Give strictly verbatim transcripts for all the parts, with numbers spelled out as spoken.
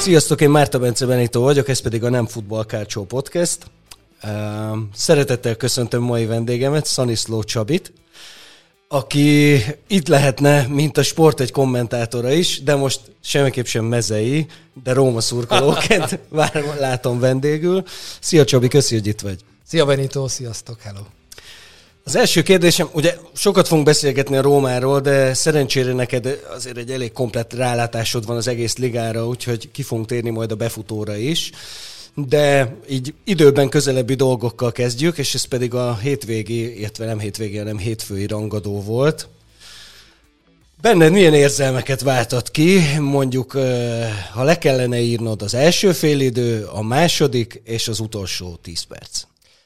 Sziasztok, én Márta Bence Benito vagyok, ez pedig a Nem Futball Calcio Podcast. Szeretettel köszöntöm mai vendégemet, Szaniszló Csabit, aki itt lehetne, mint a Sport egy kommentátora is, de most semmiképp sem mezei, de Róma szurkolóként látom vendégül. Szia Csabi, köszi, hogy itt vagy. Szia Benito, sziasztok, hello. Az első kérdésem, ugye sokat fogunk beszélgetni a Rómáról, de szerencsére neked azért egy elég komplett rálátásod van az egész ligára, úgyhogy ki fogunk térni majd a befutóra is. De így időben közelebbi dolgokkal kezdjük, és ez pedig a hétvégi, illetve nem hétvégi, hanem hétfői rangadó volt. Benned milyen érzelmeket váltott ki, mondjuk, ha le kellene írnod az első félidő, a második és az utolsó tíz perc?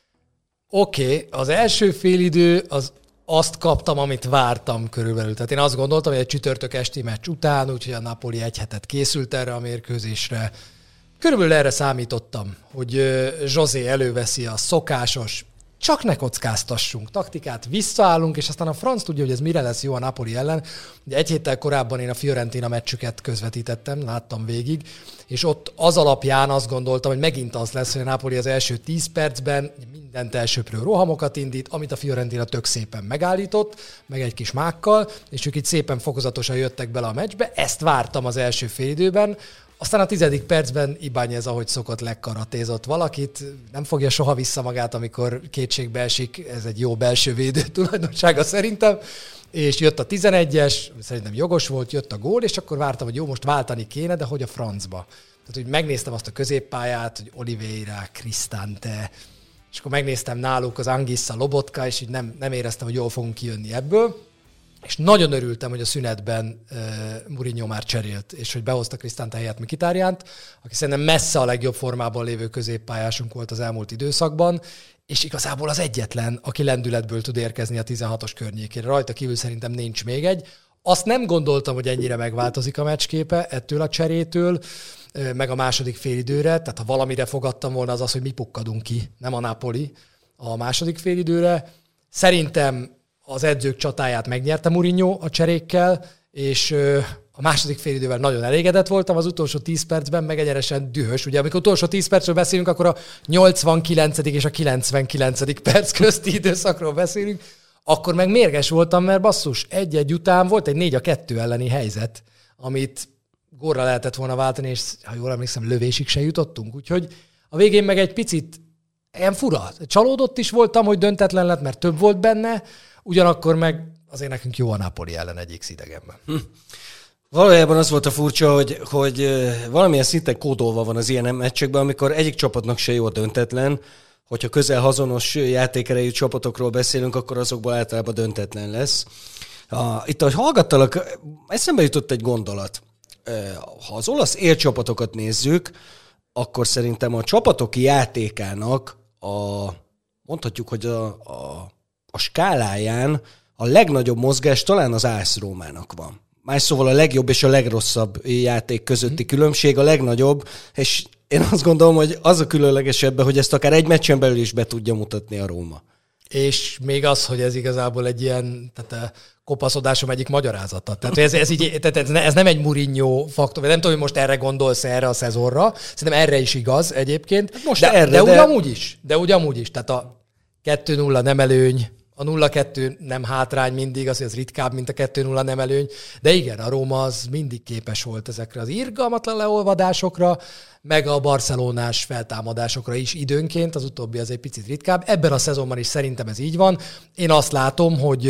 Oké, okay, az első félidő az azt kaptam, amit vártam körülbelül. Tehát én azt gondoltam, hogy egy csütörtök esti meccs után, úgyhogy a Napoli egy hetet készült erre a mérkőzésre. Körülbelül erre számítottam, hogy José előveszi a szokásos, csak ne kockáztassunk taktikát, visszaállunk, és aztán a franc tudja, hogy ez mire lesz jó a Napoli ellen. Ugye egy héttel korábban én a Fiorentina meccsüket közvetítettem, láttam végig, és ott az alapján azt gondoltam, hogy megint az lesz, hogy a Napoli az első tíz percben mindent elsöprő rohamokat indít, amit a Fiorentina tök szépen megállított, meg egy kis mákkal, és ők itt szépen fokozatosan jöttek bele a meccsbe. Ezt vártam az első félidőben. Aztán a tizedik percben Ibáñez, ahogy szokott, lekaratézott valakit, nem fogja soha vissza magát, amikor kétségbe esik, ez egy jó belső védő tulajdonsága szerintem, és jött a tizenegyes, szerintem jogos volt, jött a gól, és akkor vártam, hogy jó, most váltani kéne, de hogy a francba. Tehát, hogy megnéztem azt a középpályát, hogy Oliveira, Cristante, és akkor megnéztem náluk az Anguissa, Lobotka, és így nem, nem éreztem, hogy jól fogunk kijönni ebből. És nagyon örültem, hogy a szünetben uh, Mourinho már cserélt, és hogy behozta Cristante helyett Mkhitarjánt, aki szerintem messze a legjobb formában lévő középpályásunk volt az elmúlt időszakban, és igazából az egyetlen, aki lendületből tud érkezni a tizenhatos környékére. Rajta kívül szerintem nincs még egy. Azt nem gondoltam, hogy ennyire megváltozik a meccsképe ettől a cserétől, meg a második félidőre, tehát ha valamire fogadtam volna, az az, hogy mi pukkadunk ki, nem a Napoli a második félidőre. Szerintem az edzők csatáját megnyerte Mourinho a cserékkel, és a második félidővel nagyon elégedett voltam, az utolsó tíz percben meg egyenesen dühös. Ugye amikor utolsó tíz percről beszélünk, akkor a nyolcvankilencedik és a kilencvenkilencedik perc közti időszakról beszélünk, akkor meg mérges voltam, mert basszus, egy-egy után volt egy négy a kettő elleni helyzet, amit gólra lehetett volna váltani, és ha jól emlékszem, lövésig se jutottunk. Úgyhogy a végén meg egy picit ilyen fura. Csalódott is voltam, hogy döntetlen lett, mert több volt benne, ugyanakkor meg azért nekünk jó a Napoli ellen egy X idegenben. Hm. Valójában az volt a furcsa, hogy, hogy valamilyen szinten kódolva van az ilyen meccsekben, amikor egyik csapatnak se jó a döntetlen, hogyha közel hazonos játékerejű csapatokról beszélünk, akkor azokból általában döntetlen lesz. Itt, ahogy hallgattalak, eszembe jutott egy gondolat. Ha az olasz élcsapatokat nézzük, akkor szerintem a csapatok játékának a, mondhatjuk, hogy a, a a skáláján a legnagyobb mozgás talán az AS Rómának van. Más szóval a legjobb és a legrosszabb játék közötti mm. különbség a legnagyobb, és én azt gondolom, hogy az a különlegesebb, hogy ezt akár egy meccsen belül is be tudja mutatni a Róma. És még az, hogy ez igazából egy ilyen, tehát a kopaszodásom egyik magyarázata. Tehát ez, ez, így, tehát ez, ez nem egy Mourinho faktor, nem tudom, hogy most erre gondolsz erre a szezonra, szerintem erre is igaz egyébként, most de, erre, de, de... ugyanúgy is, de ugyanúgy is, tehát a kettő nulla nem előny, a nulla kettő nem hátrány mindig, az, hogy az ritkább, mint a kettő nulla nem előny, de igen, a Róma az mindig képes volt ezekre az irgalmatlan leolvadásokra, meg a barcelonás feltámadásokra is időnként, az utóbbi az egy picit ritkább. Ebben a szezonban is szerintem ez így van. Én azt látom, hogy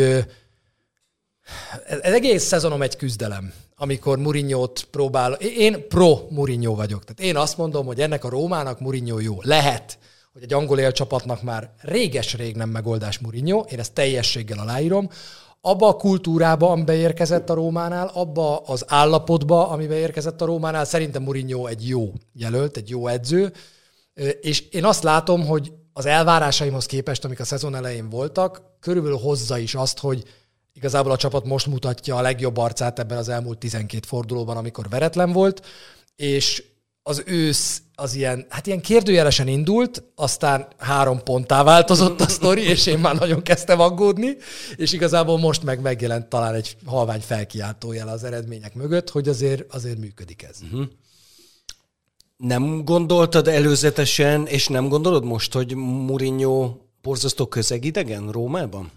ez egész szezonom egy küzdelem, amikor Mourinho-t próbál. Én pro Mourinho vagyok. Tehát én azt mondom, hogy ennek a Rómának Mourinho jó. Lehet, hogy egy angol élcsapatnak már réges-rég nem megoldás Mourinho, én ezt teljességgel aláírom, abba a kultúrába, amiben érkezett a Rómánál, abba az állapotba, amiben érkezett a Rómánál, szerintem Mourinho egy jó jelölt, egy jó edző, és én azt látom, hogy az elvárásaimhoz képest, amik a szezon elején voltak, körülbelül hozza is azt, hogy igazából a csapat most mutatja a legjobb arcát ebben az elmúlt tizenkét fordulóban, amikor veretlen volt, és az ősz az ilyen, hát ilyen kérdőjelesen indult, aztán három ponttá változott a sztori, és én már nagyon kezdtem aggódni, és igazából most meg megjelent talán egy halvány felkiáltójel az eredmények mögött, hogy azért, azért működik ez. Uh-huh. Nem gondoltad előzetesen, és nem gondolod most, hogy Mourinho borzasztó közegidegen Rómában?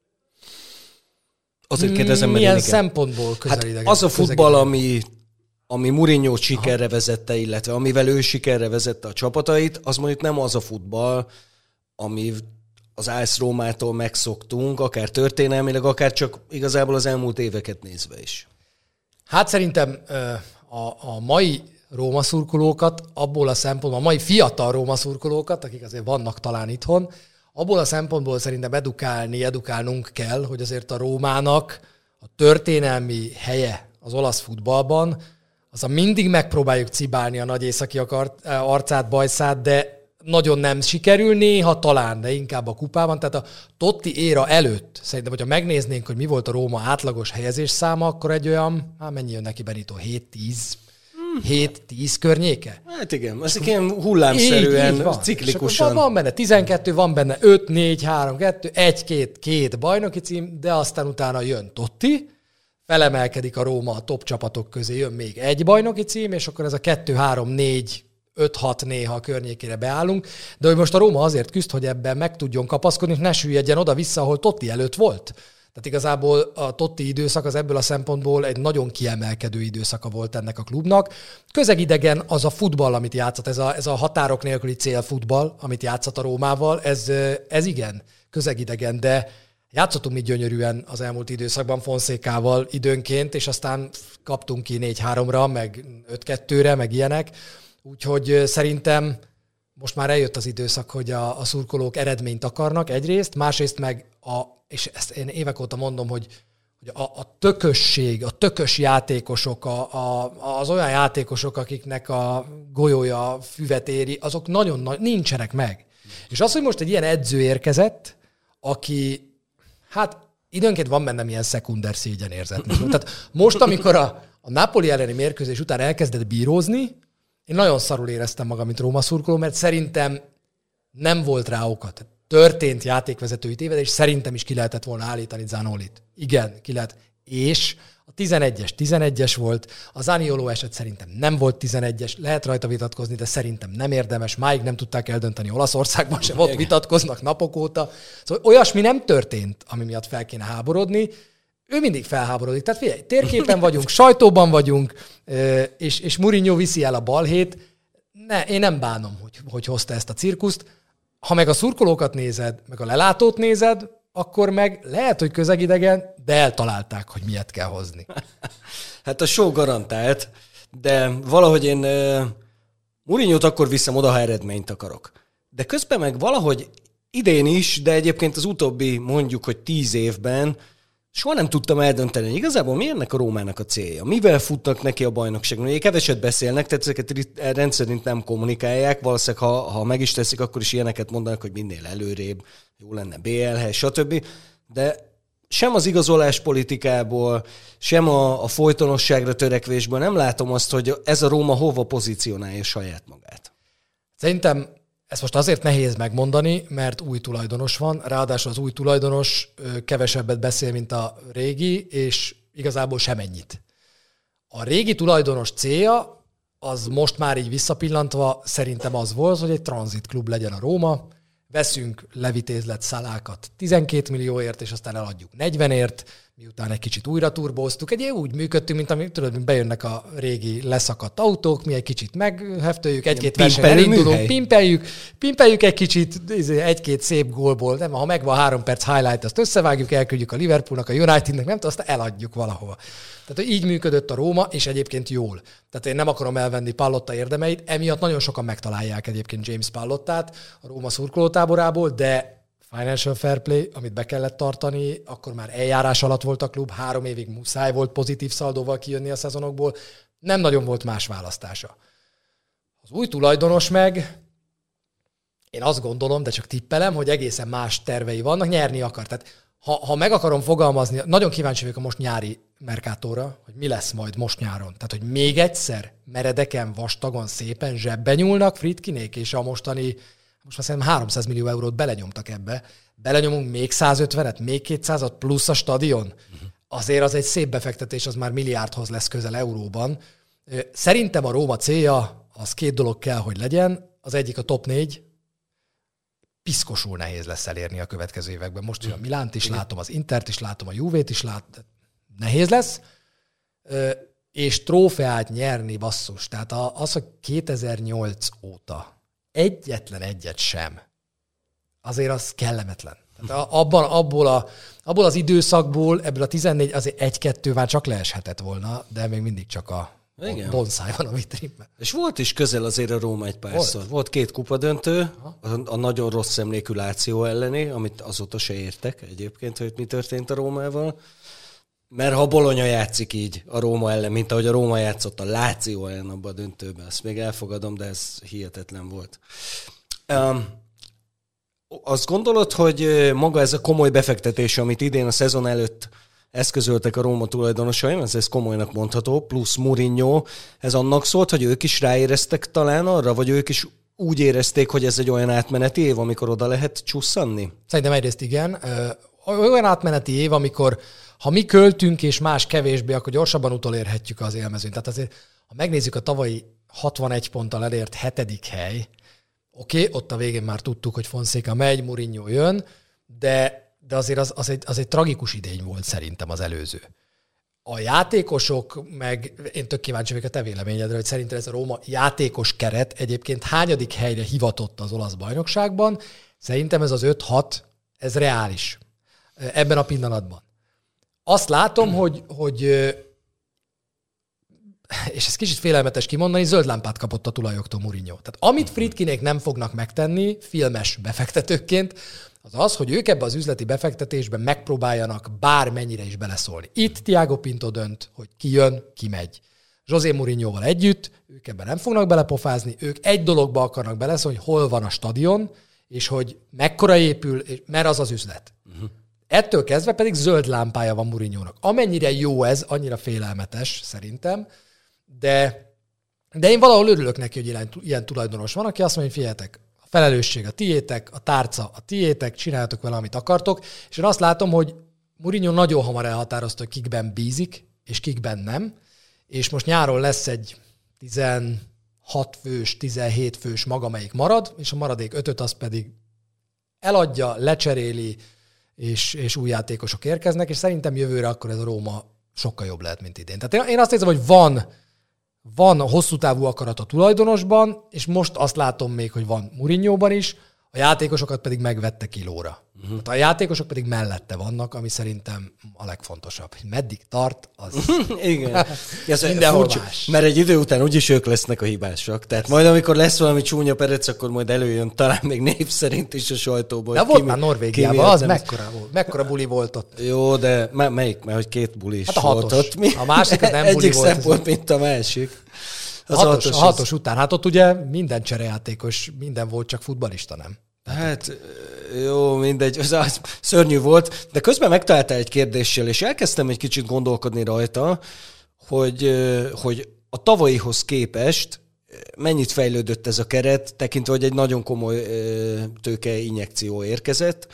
Azért kérdezem, mert milyen igen. szempontból közelidegen? Hát az a futball, ami, ami Mourinho sikerre vezette, illetve amivel ő sikerre vezette a csapatait, az mondjuk nem az a futball, ami az á es Rómától megszoktunk, akár történelmileg, akár csak igazából az elmúlt éveket nézve is. Hát szerintem a, a mai Róma szurkolókat, abból a szempontból, a mai fiatal Róma szurkolókat, akik azért vannak talán itthon, abból a szempontból szerintem edukálni, edukálnunk kell, hogy azért a Rómának a történelmi helye az olasz futballban, az a mindig megpróbáljuk cibálni a nagy északiak arcát, bajszát, de nagyon nem sikerül, néha talán, de inkább a kupában. Tehát a Totti éra előtt, szerintem, hogyha megnéznénk, hogy mi volt a Róma átlagos helyezés száma, akkor egy olyan, hát mennyi jön neki Benito, hét-tíz hét-tíz környéke? Hát igen, ez ilyen hullámszerűen, így, így ciklikusan. Van, van benne tizenkettő, van benne öt, négy, három, kettő, egy, két, két bajnoki cím, de aztán utána jön Totti, felemelkedik a Róma a top csapatok közé, jön még egy bajnoki cím, és akkor ez a kettő, három, négy, öt hat néha a környékére beállunk, de hogy most a Róma azért küzd, hogy ebben meg tudjon kapaszkodni, és ne süllyedjen oda-vissza, ahol Totti előtt volt. Tehát igazából a Totti időszak az ebből a szempontból egy nagyon kiemelkedő időszaka volt ennek a klubnak. Közegidegen az a futball, amit játszott, ez a, ez a határok nélküli célfutball, amit játszott a Rómával, ez, ez igen, közegidegen, de játszottunk mi gyönyörűen az elmúlt időszakban Fonszékával időnként, és aztán kaptunk ki négy háromra, meg öt kettőre, meg ilyenek. Úgyhogy szerintem most már eljött az időszak, hogy a, a szurkolók eredményt akarnak egyrészt, másrészt meg, a, és ezt én évek óta mondom, hogy, hogy a, a tökösség, a tökös játékosok, a, a, az olyan játékosok, akiknek a golyója füvet éri, azok nagyon nagy, nincsenek meg. És az, hogy most egy ilyen edző érkezett, aki, hát időnként van bennem ilyen szekunder szégyenérzet. Tehát most, amikor a, a Napoli elleni mérkőzés után elkezdett bírózni, én nagyon szarul éreztem magam, mint Róma szurkoló, mert szerintem nem volt rá okat. Történt játékvezetői tévedés, és szerintem is ki lehetett volna állítani Zanolit. Igen, ki lehet. És a tizenegyes tizenegyes volt, a Zanioló eset szerintem nem volt tizenegyes, lehet rajta vitatkozni, de szerintem nem érdemes. Máig nem tudták eldönteni Olaszországban sem, ott vitatkoznak napok óta. Szóval olyasmi nem történt, ami miatt fel kéne háborodni. Ő mindig felháborodik. Tehát figyelj, térképen vagyunk, sajtóban vagyunk, és, és Mourinho viszi el a balhét. Ne, én nem bánom, hogy, hogy hozta ezt a cirkuszt. Ha meg a szurkolókat nézed, meg a lelátót nézed, akkor meg lehet, hogy közegidegen, de eltalálták, hogy miért kell hozni. Hát a show garantált, de valahogy én uh, Mourinhót akkor viszem oda, ha eredményt akarok. De közben meg valahogy idén is, de egyébként az utóbbi mondjuk, hogy tíz évben soha nem tudtam eldönteni, hogy igazából mi ennek a Rómának a célja. Mivel futnak neki a bajnokságon? Ugye keveset beszélnek, tehát ezeket rendszerint nem kommunikálják. Valószínűleg, ha, ha meg is teszik, akkor is ilyeneket mondanak, hogy minél előrébb, jó lenne bé el hely, stb. De sem az igazolás politikából, sem a, a folytonosságra törekvésből nem látom azt, hogy ez a Róma hova pozícionálja saját magát. Szerintem ezt most azért nehéz megmondani, mert új tulajdonos van, ráadásul az új tulajdonos kevesebbet beszél, mint a régi, és igazából semennyit. A régi tulajdonos célja, az most már így visszapillantva szerintem az volt, hogy egy tranzitklub legyen a Róma, veszünk levitézlet szalákat tizenkét millióért, és aztán eladjuk negyvenért, miután egy kicsit újra turbóztuk. Egy úgy működtünk, mint amit tudod, mint bejönnek a régi leszakadt autók, mi egy kicsit megheftőjük, egy-két versenyt elindulunk, pimpeljük, pimpeljük egy kicsit, egy-két szép gólból, nem, ha megvan három perc highlight, azt összevágjuk, elküldjük a Liverpoolnak, a Unitednek, nem tudom, aztán eladjuk valahova. Tehát így működött a Róma, és egyébként jól. Tehát én nem akarom elvenni Pallotta érdemeit, emiatt nagyon sokan megtalálják egyébként James Pallottát a Róma szurkolótáborából, de financial fair play, amit be kellett tartani, akkor már eljárás alatt volt a klub, három évig muszáj volt pozitív szaldóval kijönni a szezonokból, nem nagyon volt más választása. Az új tulajdonos meg, én azt gondolom, de csak tippelem, hogy egészen más tervei vannak, nyerni akar. Tehát ha, ha meg akarom fogalmazni, nagyon kíváncsi vagyok a most nyári merkátóra, hogy mi lesz majd most nyáron. Tehát, hogy még egyszer meredeken, vastagon, szépen zsebben nyúlnak Friedkinék, és a mostani most azt hiszem háromszáz millió eurót belenyomtak ebbe. Belenyomunk még százötvenet, még kétszázat plusz a stadion. Uh-huh. Azért az egy szép befektetés, az már milliárdhoz lesz közel euróban. Szerintem a Róma célja az két dolog kell, hogy legyen. Az egyik a top négy, piszkosul nehéz lesz elérni a következő években. Most a Milánt is látom, az Intert is látom, a Juvét is látom. Nehéz lesz. És trófeát nyerni, basszus. Tehát az, hogy kétezer-nyolc óta egyetlen egyet sem, azért az kellemetlen. Tehát abban, abból, a, abból az időszakból, ebből a tizennégy, azért egy-kettő már csak leeshetett volna, de még mindig csak a igen. bonszáj van a vitrínben. És volt is közel azért a Róma egy párszor. Volt, volt két kupadöntő, a, a nagyon rossz emlékű Láció elleni, amit azóta se értek egyébként, hogy mi történt a Rómával. Mert ha a Bologna játszik így a Róma ellen, mint ahogy a Róma játszott a Láció ellen abban a döntőben, azt még elfogadom, de ez hihetetlen volt. Um, azt gondolod, hogy maga ez a komoly befektetés, amit idén a szezon előtt eszközöltek a Róma tulajdonosai, ez, ez komolynak mondható, plusz Mourinho, ez annak szólt, hogy ők is ráéreztek talán arra, vagy ők is úgy érezték, hogy ez egy olyan átmeneti év, amikor oda lehet csusszanni? Szerintem egyrészt igen. Olyan átmeneti év, amikor ha mi költünk és más kevésbé, akkor gyorsabban utolérhetjük az élmezőn. Tehát azért, ha megnézzük a tavalyi hatvanegy ponttal elért hetedik hely, oké, okay, ott a végén már tudtuk, hogy Fonseca megy, Mourinho jön, de, de azért az, az, egy, az egy tragikus idény volt szerintem az előző. A játékosok, meg én tök kíváncsi vagyok a te véleményedre, hogy szerintem ez a Róma játékos keret egyébként hányadik helyre hivatott az olasz bajnokságban. Szerintem ez az öt-hat, ez reális ebben a pillanatban. Azt látom, hogy, hogy és ez kicsit félelmetes kimondani, zöld lámpát kapott a tulajoktól Mourinho. Tehát amit Friedkinék nem fognak megtenni filmes befektetőként, az az, hogy ők ebbe az üzleti befektetésben megpróbáljanak bármennyire is beleszólni. Itt Thiago Pinto dönt, hogy ki jön, ki megy. José Mourinhoval együtt, ők ebben nem fognak belepofázni, ők egy dologba akarnak beleszólni, hogy hol van a stadion, és hogy mekkora épül, mert az az üzlet. Uh-huh. Ettől kezdve pedig zöld lámpája van Mourinhónak. Amennyire jó ez, annyira félelmetes szerintem, de, de én valahol örülök neki, hogy ilyen, ilyen tulajdonos van, aki azt mondja, hogy figyeljetek, a felelősség a tiétek, a tárca a tiétek, csináljatok vele, amit akartok, és én azt látom, hogy Mourinho nagyon hamar elhatározta, hogy kikben bízik, és kikben nem, és most nyáron lesz egy tizenhat fős, tizenhét fős maga, melyik marad, és a maradék ötöt az pedig eladja, lecseréli, és, és új játékosok érkeznek, és szerintem jövőre akkor ez a Róma sokkal jobb lehet, mint idén. Tehát én azt érzem, hogy van, van hosszú távú akarat a tulajdonosban, és most azt látom még, hogy van Mourinhoban is, a játékosokat pedig megvette kilóra. Uh-huh. A játékosok pedig mellette vannak, ami szerintem a legfontosabb. Meddig tart, az igen. Mindenhol más. Mert egy idő után úgyis ők lesznek a hibásak. Tehát majd amikor lesz valami csúnya perec, akkor majd előjön talán még név szerint is a sajtóból. De volt már Norvégiában, az mekkora volt. Mekkora buli volt ott. Jó, de melyik? Mert hogy két buli is hát a volt ott. Mi? A másik az nem buli Egyik volt. szebb volt, mint a másik. Az a hatos, a hatos után. Hát ott ugye minden cserejátékos, minden volt, csak futballista, nem? Hát jó, mindegy, az szörnyű volt, de közben megtaláltál egy kérdéssel, és elkezdtem egy kicsit gondolkodni rajta, hogy, hogy a tavalyihoz képest mennyit fejlődött ez a keret, tekintve, hogy egy nagyon komoly tőke injekció érkezett,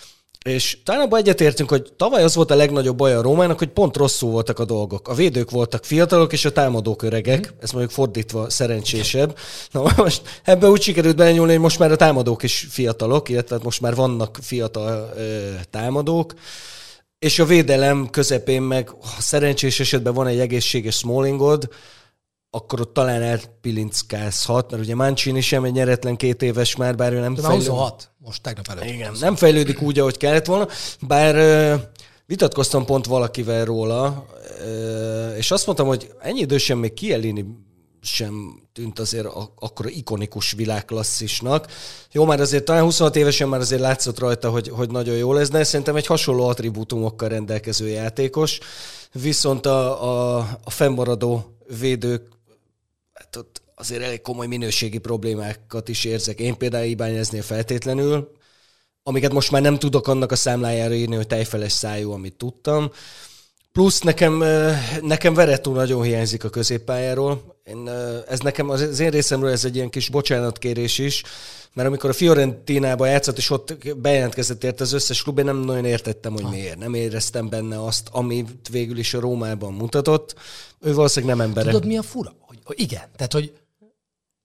és talán abban egyetértünk, hogy tavaly az volt a legnagyobb baj a Rómának, hogy pont rosszul voltak a dolgok. A védők voltak fiatalok, és a támadók öregek. Mm. Ez mondjuk fordítva szerencsésebb. Na most ebbe úgy sikerült belenyúlni, hogy most már a támadók is fiatalok, illetve most már vannak fiatal ö, támadók. És a védelem közepén meg, ha szerencsés esetben van egy egészséges Smallingod, akkor ott talán elpilincskázhat, mert ugye Mancini sem egy nyeretlen két éves már, bár ő nem fejlődik. huszonhat, most tegnap előtt. Igen, huszonhat. Nem fejlődik úgy, ahogy kellett volna, bár uh, vitatkoztam pont valakivel róla, uh, és azt mondtam, hogy ennyi idősen még Chiellini sem tűnt azért akkora ikonikus világklasszisnak. Jó, már azért talán huszonhat évesen már azért látszott rajta, hogy, hogy nagyon jó lesz, de szerintem egy hasonló attribútumokkal rendelkező játékos, viszont a, a, a fennmaradó védők, hát ott azért elég komoly minőségi problémákat is érzek. Én például Ibányeznél feltétlenül, amiket most már nem tudok annak a számlájára írni, hogy tejfeles szájú, amit tudtam. Plusz nekem, nekem Veretú nagyon hiányzik a középpályáról. Én, ez nekem az én részemről ez egy ilyen kis bocsánatkérés is, mert amikor a Fiorentinában játszott, és ott bejelentkezett érte az összes klub, én nem nagyon értettem, hogy miért. Nem éreztem benne azt, amit végül is a Rómában mutatott. Ő valószínűleg nem embere. Tudod, mi a fura? Hogy, hogy igen, tehát, hogy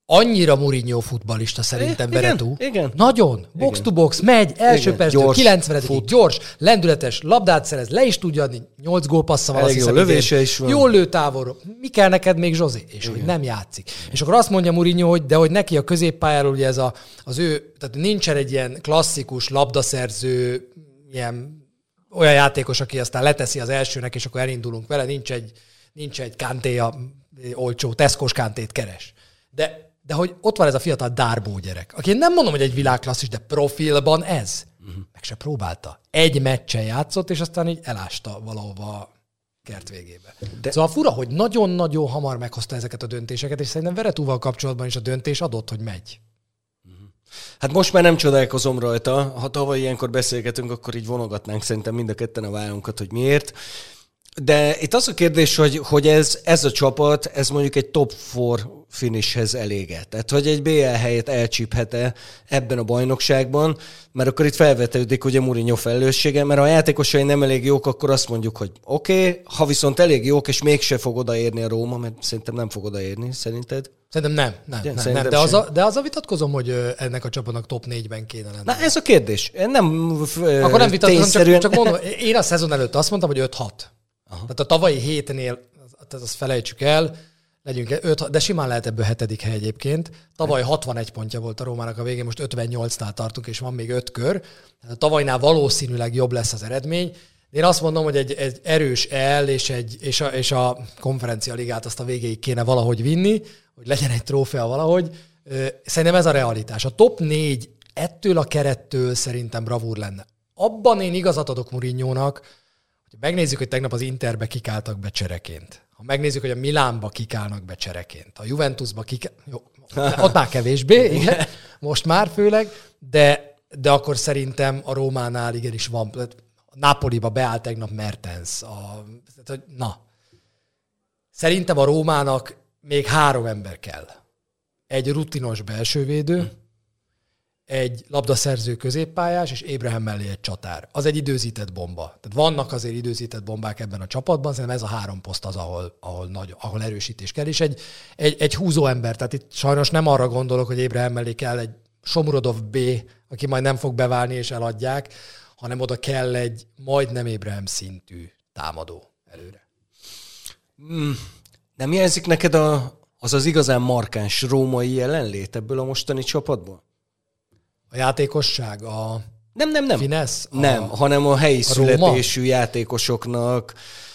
annyira Mourinho futballista szerintem Veretout. Igen. Nagyon. Box igen. to box, megy, első perctől, kilencvenedik gyors, lendületes, labdát szerez, le is tudja adni, nyolc gólpassza van, azt hiszem, lövése is van. Jól lő távolról. Mi kell neked még, Zsozé? És igen. hogy nem játszik. Igen. És akkor azt mondja Mourinho, hogy de hogy neki a középpályáról ugye ez a, az ő, tehát nincsen egy ilyen klasszikus labdaszerző, ilyen olyan játékos, aki aztán leteszi az elsőnek, és akkor elindulunk vele, nincs egy, nincs egy kántéja, olcsó Tesco-s kántét keres. De De hogy ott van ez a fiatal Darboe gyerek, aki én nem mondom, hogy egy világklasszis, de profilban ez. Uh-huh. Meg se próbálta. Egy meccsen játszott, és aztán így elásta valahova a kert végébe. De... Szóval fura, hogy nagyon-nagyon hamar meghozta ezeket a döntéseket, és szerintem Veretouval kapcsolatban is a döntés adott, hogy megy. Uh-huh. Hát most már nem csodálkozom rajta. Ha tavaly ilyenkor beszélgetünk, akkor így vonogatnánk szerintem mind a ketten a vállunkat, hogy miért. De itt az a kérdés, hogy, hogy ez, ez a csapat, ez mondjuk egy top négy finishhez eléget. Tehát, hogy egy bé el helyet elcsíphet-e ebben a bajnokságban, mert akkor itt felvetődik ugye Mourinho felelőssége, mert ha a játékosai nem elég jók, akkor azt mondjuk, hogy oké, okay, ha viszont elég jók, és mégse fog odaérni a Róma, mert szerintem nem fog odaérni, szerinted? Szerintem nem, nem, nem, szerintem nem. De, az a, de az a vitatkozom, hogy ennek a csapatnak top négyben kéne lenni. Na ez a kérdés. Nem Akkor nem vitatkozom, tényszerűen... csak, csak mondom, én a szezon előtt azt mondtam, hogy öt hat. Aha. Tehát a tavalyi hétnél, tehát azt felejtsük el, legyünk öt, de simán lehet ebből hetedik hely egyébként. Tavaly hatvanegy pontja volt a Rómának a végén, most ötvennyolcnál tartunk, és van még öt kör. Tehát a tavalynál valószínűleg jobb lesz az eredmény. Én azt mondom, hogy egy, egy erős el és, egy, és, a, és a konferencia ligát azt a végéig kéne valahogy vinni, hogy legyen egy trófea valahogy. Szerintem ez a realitás. A top négy ettől a kerettől szerintem bravúr lenne. Abban én igazat adok Mourinhónak, hogy megnézzük, hogy tegnap az Interbe kikáltak be csereként. Ha megnézzük, hogy a Milánba kikálnak be csereként, a Juventusba kikálnak, jó, ott már kevésbé, igen, most már főleg, de, de akkor szerintem a Rómánál igenis van. A Napoliba beállt tegnap Mertens. A, na, szerintem a Rómának még három ember kell. Egy rutinos belsővédő, egy labdaszerző középpályás, és Abraham mellé egy csatár. Az egy időzített bomba. Tehát vannak azért időzített bombák ebben a csapatban, szerintem ez a három poszt az, ahol, ahol, nagy, ahol erősítés kell, és egy, egy, egy húzó ember. Tehát itt sajnos nem arra gondolok, hogy Abraham mellé kell egy Shomurodov B, aki majd nem fog beválni és eladják, hanem oda kell egy majdnem Abraham szintű támadó előre. Mm, nem jelzik neked a, az az igazán markáns római jelenlét ebből a mostani csapatból? A játékosság, a nem, nem, nem. finesz? A, nem, hanem a helyi a születésű Róma? Játékosoknak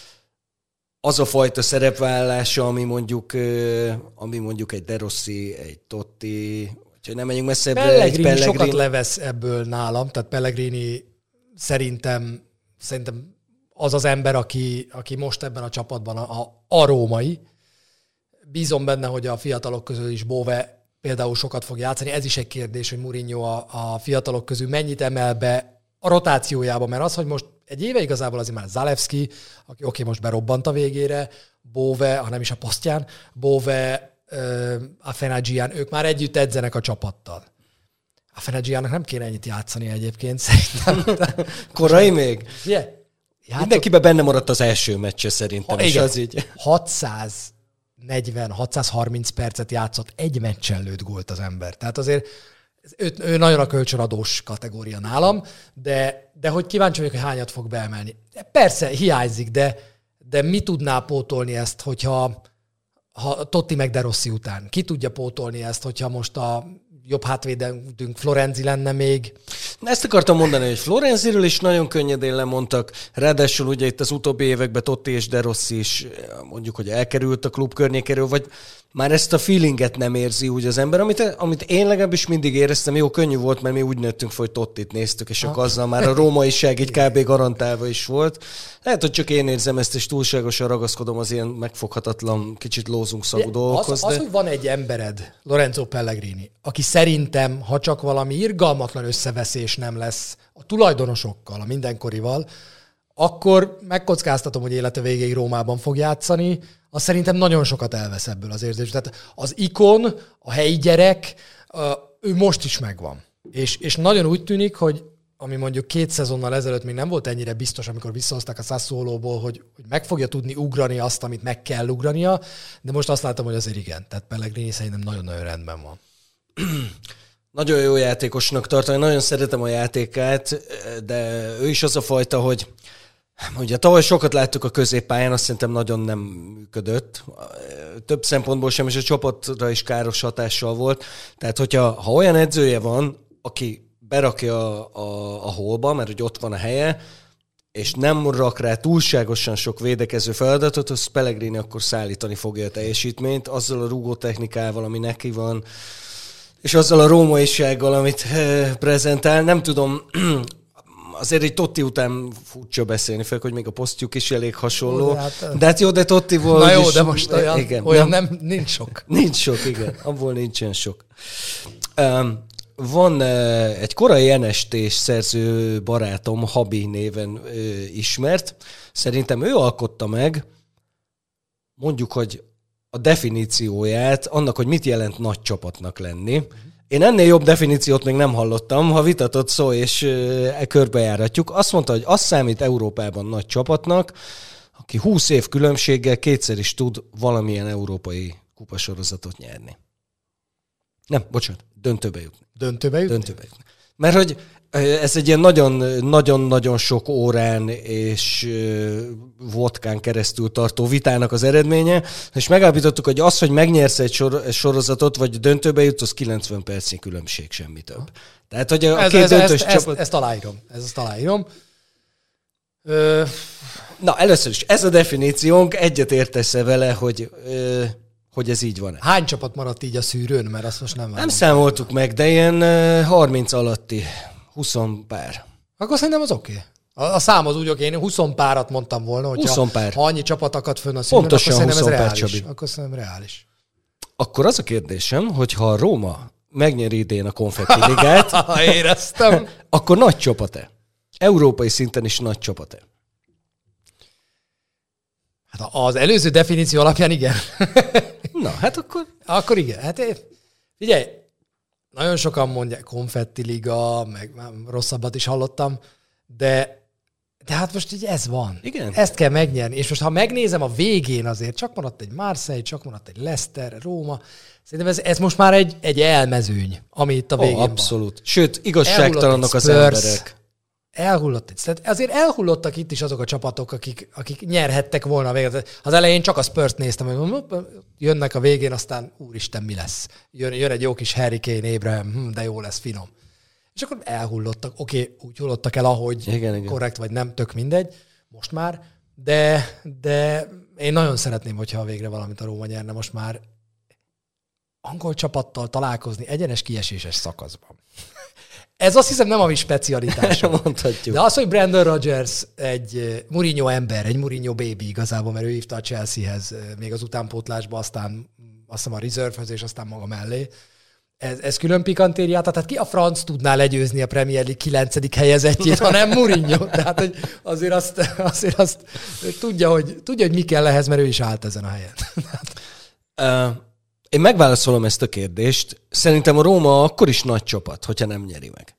az a fajta szerepvállalása, ami mondjuk, ami mondjuk egy De Rossi, egy Totti, hogy nem menjünk messzebbre, Pellegrini egy Pellegrini. sokat levesz ebből nálam, tehát Pellegrini szerintem, szerintem az az ember, aki, aki most ebben a csapatban a, a, a római. Bízom benne, hogy a fiatalok közül is Bove például sokat fog játszani. Ez is egy kérdés, hogy Mourinho a, a fiatalok közül mennyit emel be a rotációjába, mert az, hogy most egy éve igazából azért már Zalewski, aki oké, okay, most berobbant a végére, Bove, ha nem is a posztján, Bove, uh, Afenagian, ők már együtt edzenek a csapattal. Afenagiannak nem kéne ennyit játszani egyébként, szerintem. Korai még? Yeah. Játszott... Mindenkiben benne maradt az első meccse szerintem, ha, és az így... hatszáznegyven hatszázharminc percet játszott, egy meccsen lőtt gólt az ember. Tehát azért ő, ő nagyon a kölcsönadós kategória nálam, de, de hogy kíváncsi vagyok, hogy hányat fog beemelni. Persze, hiányzik, de, de mi tudná pótolni ezt, hogyha ha Totti meg De Rossi után? Ki tudja pótolni ezt, hogyha most a jobb hátvédünk Florenzi lenne még? Ezt akartam mondani, hogy Florenziről is nagyon könnyedén lemondtak, ráadásul ugye itt az utóbbi években Totti és De Rossi is mondjuk, hogy elkerült a klub környékéről, vagy már ezt a feelinget nem érzi úgy az ember, amit, amit én legalábbis mindig éreztem, jó, könnyű volt, mert mi úgy nőttünk fel, hogy Tottit néztük, és akkor azzal már a rómaiság így kb. Garantálva is volt. Lehet, hogy csak én érzem ezt, és túlságosan ragaszkodom az ilyen megfoghatatlan, kicsit lózungszagú dolgokhoz. Az, de... az, hogy van egy embered, Lorenzo Pellegrini, aki szerintem, ha csak valami irgalmatlan összeveszés nem lesz a tulajdonosokkal, a mindenkorival, akkor megkockáztatom, hogy élete végéig Rómában fog játszani, az szerintem nagyon sokat elvesz ebből az érzésből. Tehát az ikon, a helyi gyerek, ő most is megvan. És, és nagyon úgy tűnik, hogy ami mondjuk két szezonnal ezelőtt még nem volt ennyire biztos, amikor visszahozták a Sassuolóból, hogy, hogy meg fogja tudni ugrani azt, amit meg kell ugrania, de most azt látom, hogy azért igen. Tehát Pellegrini szerintem nagyon-nagyon rendben van. Nagyon jó játékosnak tartom, nagyon szeretem a játékát, de ő is az a fajta, hogy ugye tavaly sokat láttuk a középpályán, azt szerintem nagyon nem működött. Több szempontból sem, és a csapatra is káros hatással volt. Tehát, hogyha ha olyan edzője van, aki berakja a, a, a holba, mert hogy ott van a helye, és nem rak rá túlságosan sok védekező feladatot, az Pellegrini akkor szállítani fogja a teljesítményt, azzal a rúgó technikával, ami neki van, és azzal a rómaisággal, amit eh, prezentál. Nem tudom, azért egy Totti után furcsa beszélni, főleg, hogy még a posztjuk is elég hasonló. Ó, de, hát, de hát jó, de Tottiból... Na jó, is, de most olyan, igen, olyan nem, nem, nincs sok. Nincs sok, igen. Abból nincsen sok. Um, van uh, egy korai en es té-s szerző barátom, Habi néven uh, ismert. Szerintem ő alkotta meg, mondjuk, hogy a definícióját annak, hogy mit jelent nagy csapatnak lenni. Én ennél jobb definíciót még nem hallottam, ha vitatott szó, és e körbejáratjuk. Azt mondta, hogy az számít Európában nagy csapatnak, aki húsz év különbséggel kétszer is tud valamilyen európai kupasorozatot nyerni. Nem, bocsánat, döntőbe jutni. Döntőbe jutni? Döntőbe jutni. Mert hogy ez egy ilyen nagyon-nagyon sok órán és vodkán keresztül tartó vitának az eredménye, és megállapítottuk, hogy az, hogy megnyersz egy sor- sorozatot, vagy döntőbe jutsz, az kilencven percnyi különbség, semmi több. Tehát, hogy a ez, két ez, döntős ezt, csapat... Ezt, ezt aláírom. Ez azt aláírom. Ö... Na, először is, ez a definíciónk, egyet értesz-e vele, hogy... Ö... hogy ez így van. Hány csapat maradt így a szűrőn? Mert azt most nem Nem számoltuk meg, de ilyen harminc alatti, húsz pár. Akkor szerintem az oké. Okay. A, a szám az úgy oké, én húsz párat mondtam volna, hogyha pár. ha annyi csapat akad fönn a szűrőn, pontosan akkor szerintem ez reális. Csabi. Akkor szerintem reális. Akkor az a kérdésem, hogy ha a Róma megnyeri idén a Konfetti Ligát, éreztem. akkor nagy csapat-e? Európai szinten is nagy csapat-e? Hát az előző definíció alapján igen. Na, hát akkor... Akkor igen. Hát figyelj, nagyon sokan mondják, Konfetti Liga, meg rosszabbat is hallottam, de, de hát most így ez van. Igen. Ezt kell megnyerni. És most ha megnézem a végén azért, csak maradt egy Marseille, csak maradt egy Leicester, Róma, szerintem ez, ez most már egy, egy elmezőny, ami itt a végén oh, abszolút. van. Sőt, igazságtalanok az emberek. Elhullott egy. Tehát azért elhullottak itt is azok a csapatok, akik, akik nyerhettek volna a végén. Az elején csak a Spurs-t néztem, hogy jönnek a végén, aztán úristen, mi lesz? Jön, jön egy jó kis Harry Kane, Abraham, hm, de jó lesz, finom. És akkor elhullottak. Oké, okay, úgy hullottak el, ahogy igen, korrekt igen. Vagy nem, tök mindegy, most már. De, de én nagyon szeretném, hogyha végre valamit a Róma nyerne most már angol csapattal találkozni egyenes kieséses szakaszban. Ez azt hiszem nem a mi specialitásom. Mondhatjuk. De az, hogy Brandon Rodgers egy Mourinho ember, egy Mourinho baby igazából, mert ő hívta a Chelseahez még az utánpótlásba, aztán azt hiszem a reserve-höz, és aztán maga mellé. Ez, ez külön pikantériát, tehát ki a franc tudná legyőzni a Premier League kilencedik helyezettjét, ha nem Mourinho. Tehát hogy azért azt, azért azt tudja, hogy, tudja, hogy mi kell ehhez, mert ő is állt ezen a helyen. uh. Én megválaszolom ezt a kérdést. Szerintem a Róma akkor is nagy csapat, hogyha nem nyeri meg.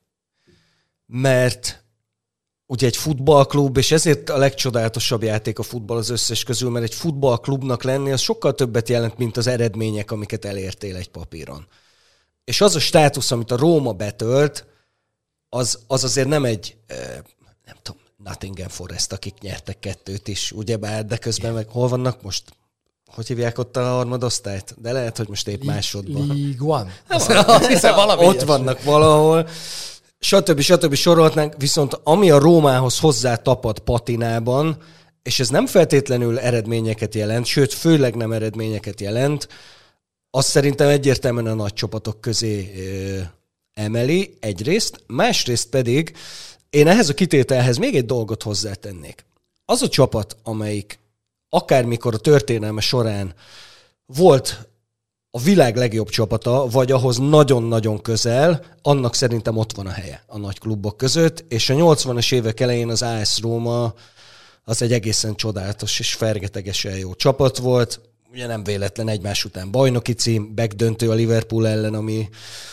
Mert ugye egy futballklub, és ezért a legcsodálatosabb játék a futball az összes közül, mert egy futballklubnak lenni az sokkal többet jelent, mint az eredmények, amiket elértél egy papíron. És az a státusz, amit a Róma betölt, az, az azért nem egy, nem tudom, Nottingham Forest, akik nyertek kettőt is, ugyebár, de közben meg hol vannak most? Hogy hívják ott a harmadosztályt? De lehet, hogy most épp másodban. League One. Azt hiszem, valami ott vannak valahol. Stb. Stb. Sorolhatnánk, viszont ami a Rómához hozzá tapad patinában, és ez nem feltétlenül eredményeket jelent, sőt, főleg nem eredményeket jelent, az szerintem egyértelműen a nagy csapatok közé ö, emeli egyrészt, másrészt pedig én ehhez a kitételhez még egy dolgot hozzátennék. Az a csapat, amelyik akármikor a történelme során volt a világ legjobb csapata, vagy ahhoz nagyon-nagyon közel, annak szerintem ott van a helye a nagy klubok között, és a nyolcvanas évek elején az á es Róma az egy egészen csodálatos és fergetegesen jó csapat volt. Ugye nem véletlen egymás után bajnoki cím, backdöntő a Liverpool ellen, ami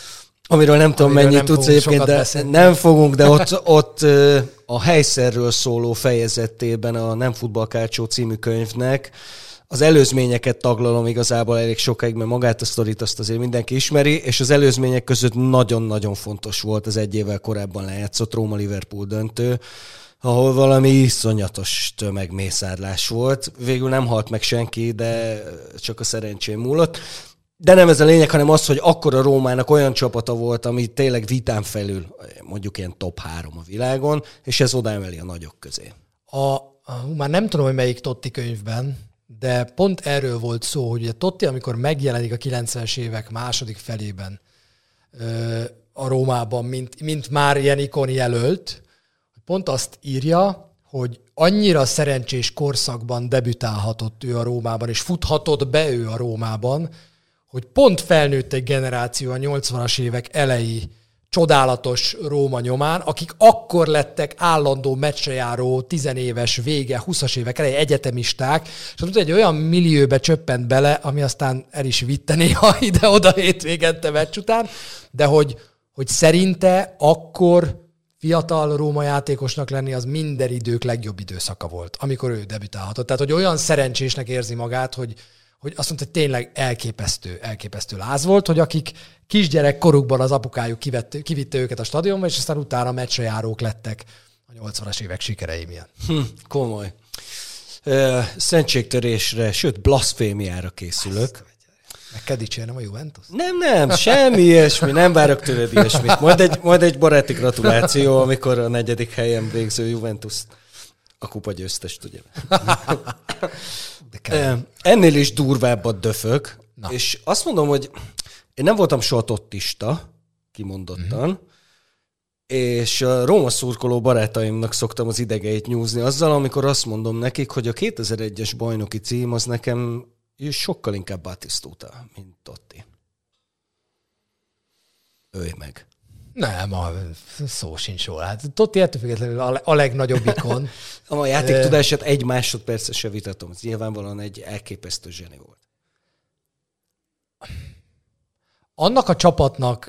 Amiről nem tudom, Amiről mennyit nem tudsz fogunk egyébként, sokat de beszélni. nem fogunk, de ott, ott ö, a helyszerről szóló fejezetében a Nem futballkártyó című könyvnek az előzményeket taglalom igazából elég sokáig, mert magát a sztorit azt azért mindenki ismeri, és az előzmények között nagyon-nagyon fontos volt az egy évvel korábban lejátszott Róma-Liverpool döntő, ahol valami iszonyatos tömegmészárlás volt. Végül nem halt meg senki, de csak a szerencsém múlott. De nem ez a lényeg, hanem az, hogy akkor a Rómának olyan csapata volt, ami tényleg vitán felül, mondjuk ilyen top három a világon, és ez odaemeli a nagyok közé. A, a, már nem tudom, hogy melyik Totti könyvben, de pont erről volt szó, hogy ugye Totti, amikor megjelenik a kilencvenes évek második felében ö, a Rómában, mint, mint már ilyen ikon jelölt, pont azt írja, hogy annyira szerencsés korszakban debütálhatott ő a Rómában, és futhatott be ő a Rómában, hogy pont felnőtt egy generáció a nyolcvanas évek elejé csodálatos Róma nyomán, akik akkor lettek állandó meccsre járó tizenéves vége, huszas évek elejé egyetemisták, és tudod, egy olyan millióbe csöppent bele, ami aztán el is vitte néha ide-oda hétvégente meccs után, de hogy, hogy szerinte akkor fiatal Róma játékosnak lenni az minden idők legjobb időszaka volt, amikor ő debütálhatott. Tehát, hogy olyan szerencsésnek érzi magát, hogy, hogy azt mondta, hogy tényleg elképesztő, elképesztő láz volt, hogy akik kisgyerek korukban az apukájuk kivette, kivitte őket a stadionba, és aztán utána meccsre járók lettek a nyolcvanas évek sikerei miatt. Hm, komoly. Szentségtörésre, sőt, blaszfémiára készülök. Meg kell dicsérnem a Juventus? Nem, nem, semmi ilyesmi, nem várok tőled ilyesmit. Majd egy, majd egy baráti gratuláció, amikor a negyedik helyen végző Juventus a kupa győztest, ugye. Ennél is durvábbat döfök, na. És azt mondom, hogy én nem voltam soha tottista, kimondottan, uh-huh. és a Róma szurkoló barátaimnak szoktam az idegeit nyúzni azzal, amikor azt mondom nekik, hogy a kétezer-egyes bajnoki cím az nekem sokkal inkább Batisztúta, mint Totti. Ölj meg. Nem, a szó sincs róla. Hát Totti ettől függetlenül a legnagyobb ikon. A játék tudását egy másodpercre se vitatom. Ez nyilvánvalóan egy elképesztő zseni volt. Annak a csapatnak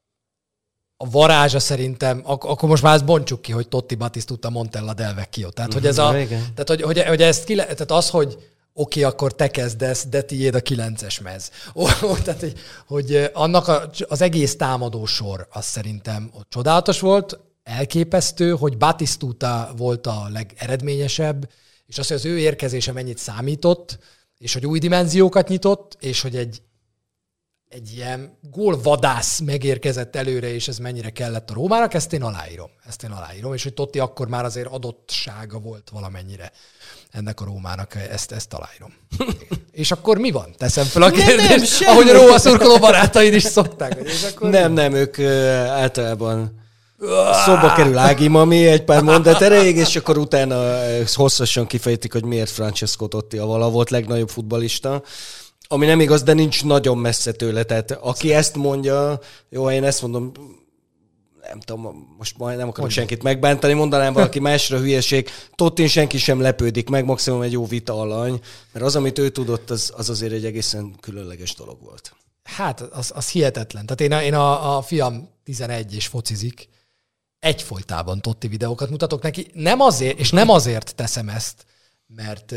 a varázsa szerintem, ak- akkor most már ezt bontsuk ki, hogy Totti, Batisztúta, Montella, Del Vecchio. Tehát, hogy ez a, tehát, hogy, hogy, hogy ezt ki le, tehát az, hogy oké, okay, akkor te kezdesz, de tiéd a kilences mez. Oh, tehát, hogy, hogy annak a, az egész támadó sor, az szerintem ott csodálatos volt, elképesztő, hogy Batisztúta volt a legeredményesebb, és az, hogy az ő érkezése mennyit számított, és hogy új dimenziókat nyitott, és hogy egy egy ilyen gólvadász megérkezett előre, és ez mennyire kellett a Rómának, ezt én aláírom. Ezt én aláírom, és hogy Totti akkor már azért adottsága volt valamennyire ennek a Rómának, ezt, ezt aláírom. És akkor mi van? Teszem fel a kérdést, ahogy a Róma szurkoló barátaid is szokták. És akkor nem, nem, ők uh, általában szóba kerül Ági Mami egy pár mondat erejéig, és akkor utána hosszasan kifejtik, hogy miért Francesco Totti a vala volt legnagyobb futballista. Ami nem igaz, de nincs nagyon messze tőle. Tehát aki ezt mondja, jó, én ezt mondom, nem tudom, most majd nem akarok Mondjuk. senkit megbántani, mondanám valaki másra hülyeség. Tottin senki sem lepődik meg, maximum egy jó vita alany, mert az, amit ő tudott, az, az azért egy egészen különleges dolog volt. Hát, az, az hihetetlen. Tehát én, a, én a, a fiam tizenegy és focizik, egyfolytában Totti videókat mutatok neki. Nem azért, és nem azért teszem ezt, mert...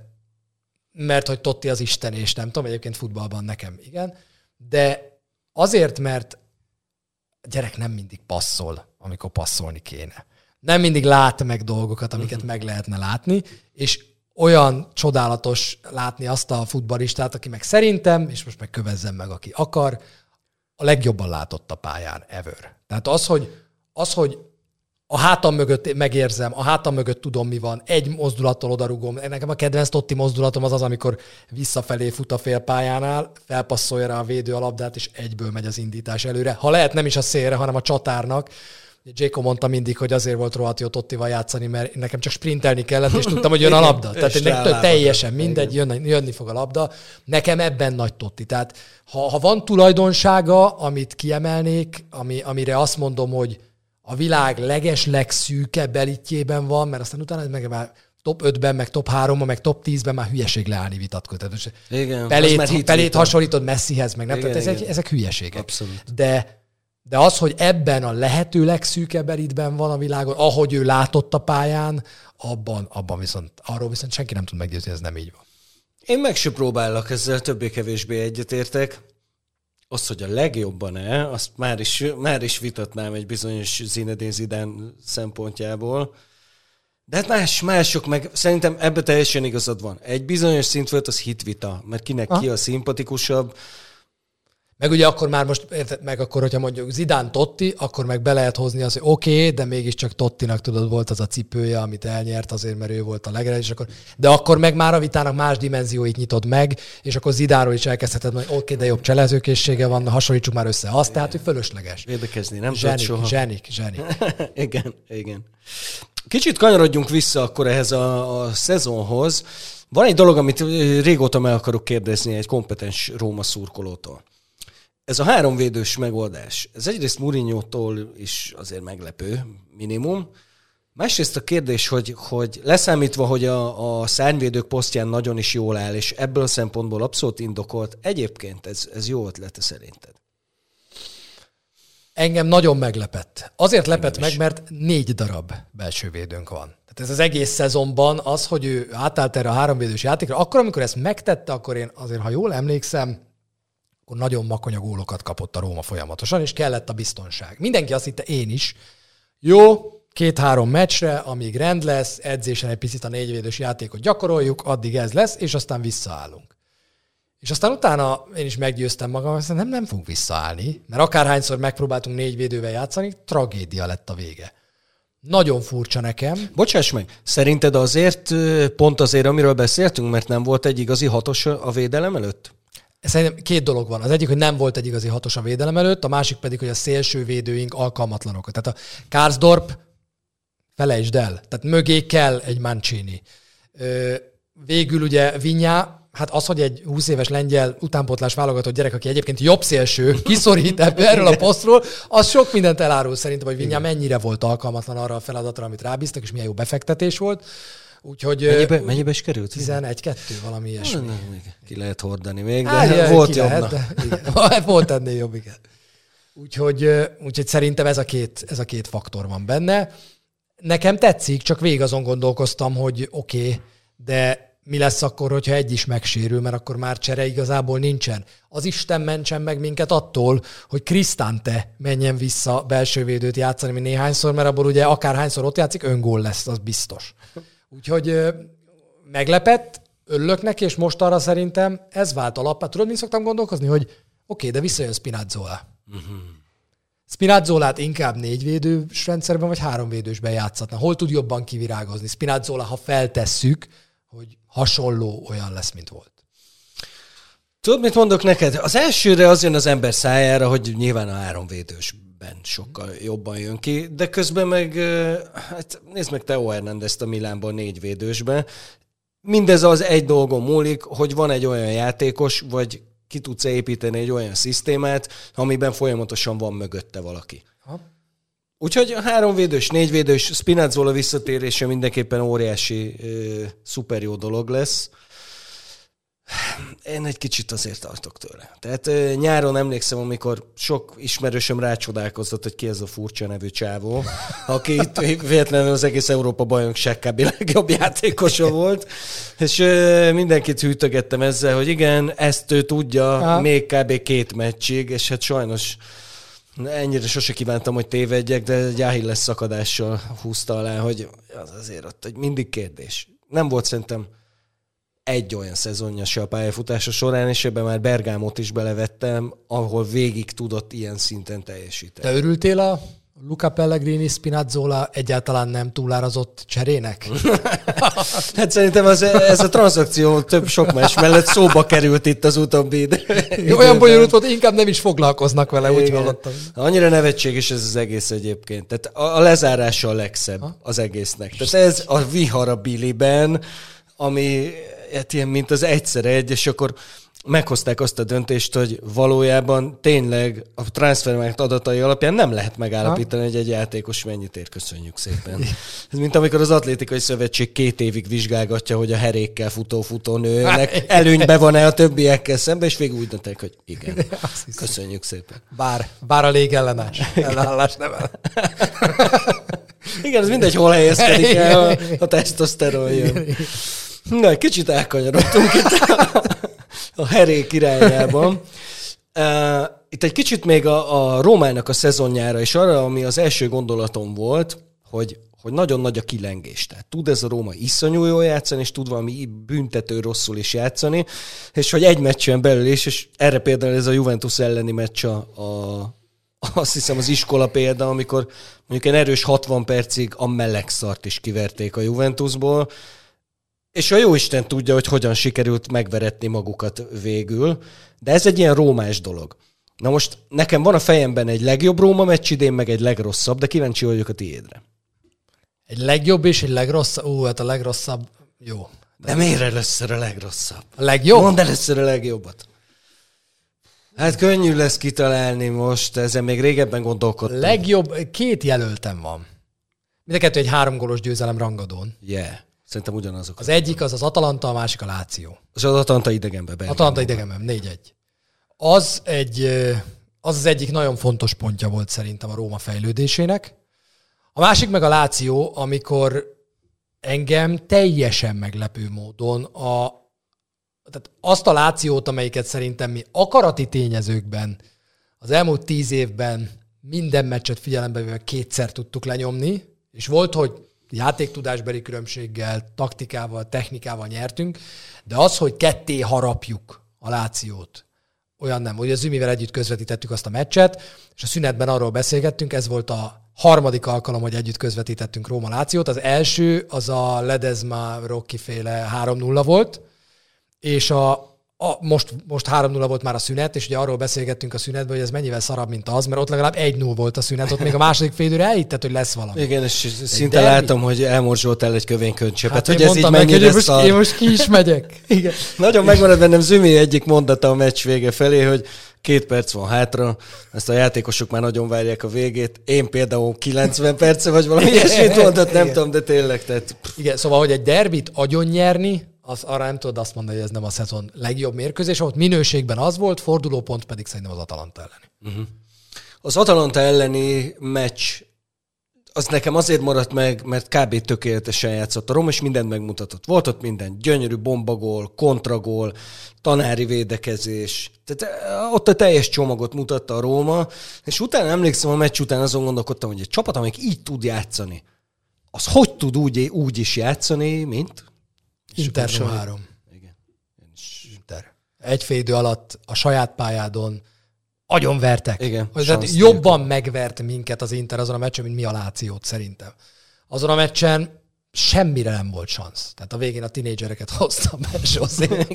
mert hogy Totti az Isten, és nem tudom, egyébként futballban nekem igen, de azért, mert a gyerek nem mindig passzol, amikor passzolni kéne. Nem mindig lát meg dolgokat, amiket meg lehetne látni, és olyan csodálatos látni azt a futballistát, aki meg szerintem, és most meg kövezzem meg, aki akar, a legjobban látott a pályán ever. Tehát az, hogy, az, hogy a hátam mögött megérzem, a hátam mögött tudom, mi van, egy mozdulattal odarugom. Nekem a kedvenc Totti mozdulatom az az, amikor visszafelé fut a félpályánál, felpasszolja rá a védő a labdát, és egyből megy az indítás előre. Ha lehet, nem is a szélre, hanem a csatárnak. Jacob mondta mindig, hogy azért volt rohadt jó Tottival játszani, mert nekem csak sprintelni kellett, és tudtam, hogy jön a labda. Tehát nekem teljesen mindegy, jönni, jönni fog a labda. Nekem ebben nagy Totti. Tehát ha, ha van tulajdonsága, amit kiemelnék, ami, amire azt mondom, hogy a világ leges, legszűkebb elitjében van, mert aztán utána meg már top ötben, meg top háromban, meg top tízben már hülyeség leállni vitatkozni. Igen. Pelét, pelét hasonlítod Messihez, meg nem. Igen, tehát ezek, igen. ezek hülyeségek. Abszolút. De, De az, hogy ebben a lehető legszűkebb eritben van a világon, ahogy ő látott a pályán, abban, abban viszont, arról viszont senki nem tud meggyőzni, ez nem így van. Én meg se próbálok ezzel, többé-kevésbé egyetértek. Az, hogy a legjobban-e, azt már is, már is vitatnám egy bizonyos Zinedine Zidane szempontjából. De hát más, mások meg, szerintem ebbe teljesen igazad van. Egy bizonyos szint volt az hitvita, mert kinek ha? Ki a szimpatikusabb. Meg ugye akkor már most, érted, meg akkor, hogyha mondjuk Zidane Totti, akkor meg be lehet hozni azt, hogy oké, okay, de mégiscsak Tottinak tudod, volt az a cipője, amit elnyert azért, mert ő volt a legerős, akkor, de akkor meg már a vitának más dimenzióit nyitod meg, és akkor Zidánról is elkezdheted, hogy oké, okay, de jobb cselezőkészsége van, hasonlítsuk már össze azt, tehát, hogy fölösleges. Védekezni nem zsenik, tud soha. Zsenik, zsenik. igen, igen. Kicsit kanyarodjunk vissza akkor ehhez a, a szezonhoz. Van egy dolog, amit régóta meg akarok kérdezni egy kompetens Róma szurkolótól. Ez a háromvédős megoldás, ez egyrészt Mourinho-tól is azért meglepő, minimum. Másrészt a kérdés, hogy, hogy leszámítva, hogy a, a szárnyvédők posztján nagyon is jól áll, és ebből a szempontból abszolút indokolt, egyébként ez, ez jó ötlete szerinted? Engem nagyon meglepett. Azért lepett meg, mert négy darab belső védőnk van. Tehát ez az egész szezonban az, hogy ő átállt erre a háromvédős játékra. Akkor, amikor ezt megtette, akkor én azért, ha jól emlékszem, akkor nagyon makonya gólokat kapott a Róma folyamatosan, és kellett a biztonság. Mindenki azt hitte, én is. Jó, két-három meccsre, amíg rend lesz, edzésen egy picit a négyvédős játékot gyakoroljuk, addig ez lesz, és aztán visszaállunk. És aztán utána én is meggyőztem magam, hogy nem, nem fogunk visszaállni, mert akárhányszor megpróbáltunk négy védővel játszani, tragédia lett a vége. Nagyon furcsa nekem. Bocsáss meg, szerinted azért, pont azért, amiről beszéltünk, mert nem volt egy igazi hatos a védelem előtt? Szerintem két dolog van. Az egyik, hogy nem volt egy igazi hatos a védelem előtt, a másik pedig, hogy a szélső védőink alkalmatlanok. Tehát a Karsdorp, felejtsd el, tehát mögé kell egy Mancini. Végül ugye Vinyá, hát az, hogy egy húsz éves lengyel utánpótlás válogatott gyerek, aki egyébként jobb szélső, kiszorít erről a posztról, az sok mindent elárul szerintem, hogy Vinyá mennyire volt alkalmatlan arra a feladatra, amit rábíztak, és milyen jó befektetés volt. Úgyhogy mennyibe, mennyibe is került? tizenegy-kettő, valami ilyesmi. Ki lehet hordani még, de Á, volt jobbnak. Lehet, volt ennél jobb, igen. Úgyhogy, úgyhogy szerintem ez a, két, ez a két faktor van benne. Nekem tetszik, csak végig azon gondolkoztam, hogy oké, okay, de mi lesz akkor, hogyha egy is megsérül, mert akkor már csere igazából nincsen. Az Isten mentsen meg minket attól, hogy Cristante menjen vissza belsővédőt játszani, mi néhányszor, mert abból ugye akárhányszor ott játszik, öngól lesz, az biztos. Úgyhogy meglepett, örülök neki, és most arra szerintem ez vált alappá. Tudod, mint szoktam gondolkozni, hogy oké, okay, de visszajön Spinazzola. Uh-huh. Spinazzolát inkább négyvédős rendszerben, vagy háromvédősben játszatna. Hol tud jobban kivirágozni? Spinazzola, ha feltesszük, hogy hasonló olyan lesz, mint volt. Tudod, mit mondok neked? Az elsőre az jön az ember szájára, hogy nyilván a háromvédősben sokkal jobban jön ki, de közben meg, hát nézd meg Theo Hernandezt a Milánban négyvédősben. Mindez az egy dolgon múlik, hogy van egy olyan játékos, vagy ki tudsz építeni egy olyan szisztémát, amiben folyamatosan van mögötte valaki. Ha. Úgyhogy a háromvédős, négyvédős, Spinazzola visszatérése mindenképpen óriási, szuper jó dolog lesz. Én egy kicsit azért tartok tőle. Tehát nyáron emlékszem, amikor sok ismerősöm rácsodálkozott, hogy ki ez a furcsa nevű csávó, aki itt véletlenül az egész Európa bajnokság kb. Legjobb játékosa volt, és mindenkit hűtögettem ezzel, hogy igen, ezt ő tudja ha. még kb. két meccsig, és hát sajnos ennyire sose kívántam, hogy tévedjek, de egy Achilles szakadással húzta alá, hogy az azért ott hogy mindig kérdés. Nem volt szerintem egy olyan szezonja se a pályafutása során, és ebben már Bergámot is belevettem, ahol végig tudott ilyen szinten teljesíteni. Te örültél a Luca Pellegrini, Spinazzola egyáltalán nem túlárazott cserének? Hát szerintem az, ez a tranzakció több sok más mellett szóba került itt az utóbbi idő. Olyan bonyolult volt, inkább nem is foglalkoznak vele, igen. Úgy hallottam. Annyira nevetséges ez az egész egyébként. Tehát a, a lezárása a legszebb ha? az egésznek. Tehát ez a vihar a Billyben, ami hát ilyen, mint az egyszer egy, és akkor meghozták azt a döntést, hogy valójában tényleg a Transfermarkt adatai alapján nem lehet megállapítani, ha? hogy egy játékos mennyit ér. Köszönjük szépen. Ez mint amikor az Atlétikai Szövetség két évig vizsgálgatja, hogy a herékkel futó-futó nőnek előnybe van-e a többiekkel szemben, és végül úgy döntek, hogy igen. Köszönjük szépen. Bár, bár a légellenállás. Ellenállás nem el. Igen, ez mindegy, hol helyezkedik el a, a tesztoszteron jön. Na, egy kicsit elkanyarodtunk itt a, a herék irányában. Uh, itt egy kicsit még a, a Rómának a szezonjára, és arra, ami az első gondolatom volt, hogy, hogy nagyon nagy a kilengés. Tehát tud ez a Róma iszonyú jól játszani, és tud valami büntető rosszul is játszani, és hogy egy meccsen belül is, és erre például ez a Juventus elleni meccs a, a azt hiszem az iskola példa, amikor mondjuk egy erős hatvan percig a meleg szart is kiverték a Juventusból, és a jóisten tudja, hogy hogyan sikerült megveretni magukat végül, de ez egy ilyen rómás dolog. Na most nekem van a fejemben egy legjobb Róma meccs idén, meg egy legrosszabb, de kíváncsi vagyok a tiédre. Egy legjobb és egy legrosszabb? Ú, hát a legrosszabb, jó. De, de miért először a legrosszabb? A legjobb? Mondd először a legjobbat. Hát könnyű lesz kitalálni most, ezen még régebben gondolkodtam. Legjobb, két jelöltem van. Mind a kettő egy három gólos győzelem rangadón. Yeah. Szerintem ugyanazok. Az egyik az az Atalanta, a másik a Láció. Az az Atalanta idegenben. Atalanta idegenben, négy egy. Az, egy, az az egyik nagyon fontos pontja volt szerintem a Róma fejlődésének. A másik meg a Láció, amikor engem teljesen meglepő módon a tehát azt a Lációt, amelyiket szerintem mi akarati tényezőkben az elmúlt tíz évben minden meccset figyelembe véve kétszer tudtuk lenyomni, és volt, hogy játéktudásbeli különbséggel, taktikával, technikával nyertünk, de az, hogy ketté harapjuk a Lációt, olyan nem. Ugye az Zümivel együtt közvetítettük azt a meccset, és a szünetben arról beszélgettünk, ez volt a harmadik alkalom, hogy együtt közvetítettünk Róma Lációt. Az első, az a Ledezma Rocky féle három nulla volt, és a, a, most, most három nulla volt már a szünet, és ugye arról beszélgettünk a szünetben, hogy ez mennyivel szarabb, mint az, mert ott legalább egy null volt a szünet, ott még a második fél időre elhitted, hogy lesz valami. Igen, és szinte derbi. Láttam, hogy elmorzsoltál egy kövénkönycsöpet, hát hogy ez így meg, mennyire hogy szar. Én most ki is megyek. Igen. Nagyon megmaradt bennem Zümi egyik mondata a meccs vége felé, hogy két perc van hátra, ezt a játékosok már nagyon várják a végét. Én például kilencven perce vagy valami ilyesmit mondott, nem tudom, de tényleg. Tehát... Igen, szóval, hogy egy derbit agyon nyerni, az arra nem tudod azt mondani, hogy ez nem a szezon legjobb mérkőzés, ahol minőségben az volt, fordulópont pedig szerintem az Atalanta elleni. Uh-huh. Az Atalanta elleni meccs, az nekem azért maradt meg, mert kb. Tökéletesen játszott a Róma, és mindent megmutatott. Volt ott minden, gyönyörű bombagól, kontragól, tanári védekezés. Tehát ott a teljes csomagot mutatta a Róma, és utána emlékszem a meccs után azon gondolkodtam, hogy egy csapat, amelyik így tud játszani, az hogy tud úgy, úgy is játszani, mint... Inter három. Igen. Inter. Egy fél idő alatt a saját pályádon agyon vertek. Igen. Tehát jobban megvert minket az Inter azon a meccsen, mint mi a Lációt szerintem. Azon a meccsen semmire nem volt szansz. Tehát a végén a tinédzsereket hoztam be, Zsózé.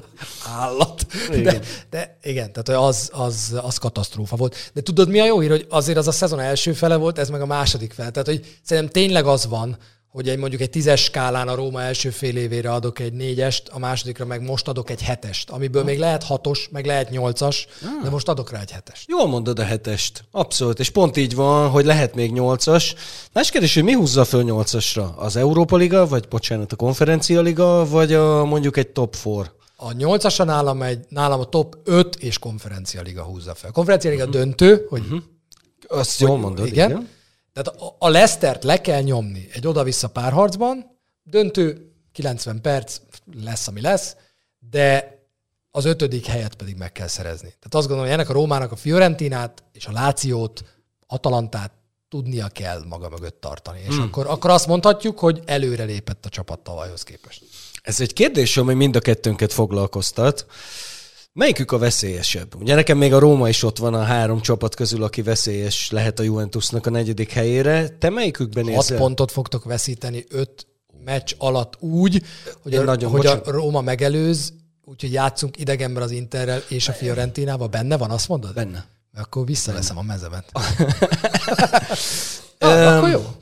Állat. Igen. De, de igen, tehát az, az, az katasztrófa volt. De tudod, mi a jó hír, hogy azért az a szezon első fele volt, ez meg a második fele. Tehát, hogy szerintem tényleg az van, hogy egy, mondjuk egy tízes skálán a Róma első fél évére adok egy négyest, a másodikra meg most adok egy hetest, amiből még lehet hatos, meg lehet nyolcas, ah. de most adok rá egy hetest. Jól mondod a hetest. Abszolút. És pont így van, hogy lehet még nyolcas. Más kérdés, hogy mi húzza föl nyolcasra? Az Európa Liga, vagy bocsánat, a Konferencia Liga, vagy a, mondjuk egy top négy? A nyolcasra nálam, egy, nálam a top öt és Konferencia Liga húzza fel. Konferencia Liga uh-huh. döntő, hogy... Uh-huh. Azt hogy, jól mondod, igen. igen. Tehát a Leicestert le kell nyomni egy oda-vissza párharcban, döntő, kilencven perc, lesz, ami lesz, de az ötödik helyet pedig meg kell szerezni. Tehát azt gondolom, hogy ennek a Rómának a Fiorentinát és a Lációt, Atalantát tudnia kell maga mögött tartani. És hmm. akkor, akkor azt mondhatjuk, hogy előre lépett a csapat tavalyhoz képest. Ez egy kérdés, ami mind a kettőnket foglalkoztat. Melyikük a veszélyesebb? Ugye nekem még a Róma is ott van a három csapat közül, aki veszélyes lehet a Juventusnak a negyedik helyére. Te melyikükben nézel? Hat pontot fogtok veszíteni öt meccs alatt úgy, hogy, a, hogy a Róma megelőz, úgyhogy játszunk idegenben az Interrel és a Fiorentinával. Benne van, azt mondod? Benne. Akkor visszaveszem a mezemet. ah, akkor jó.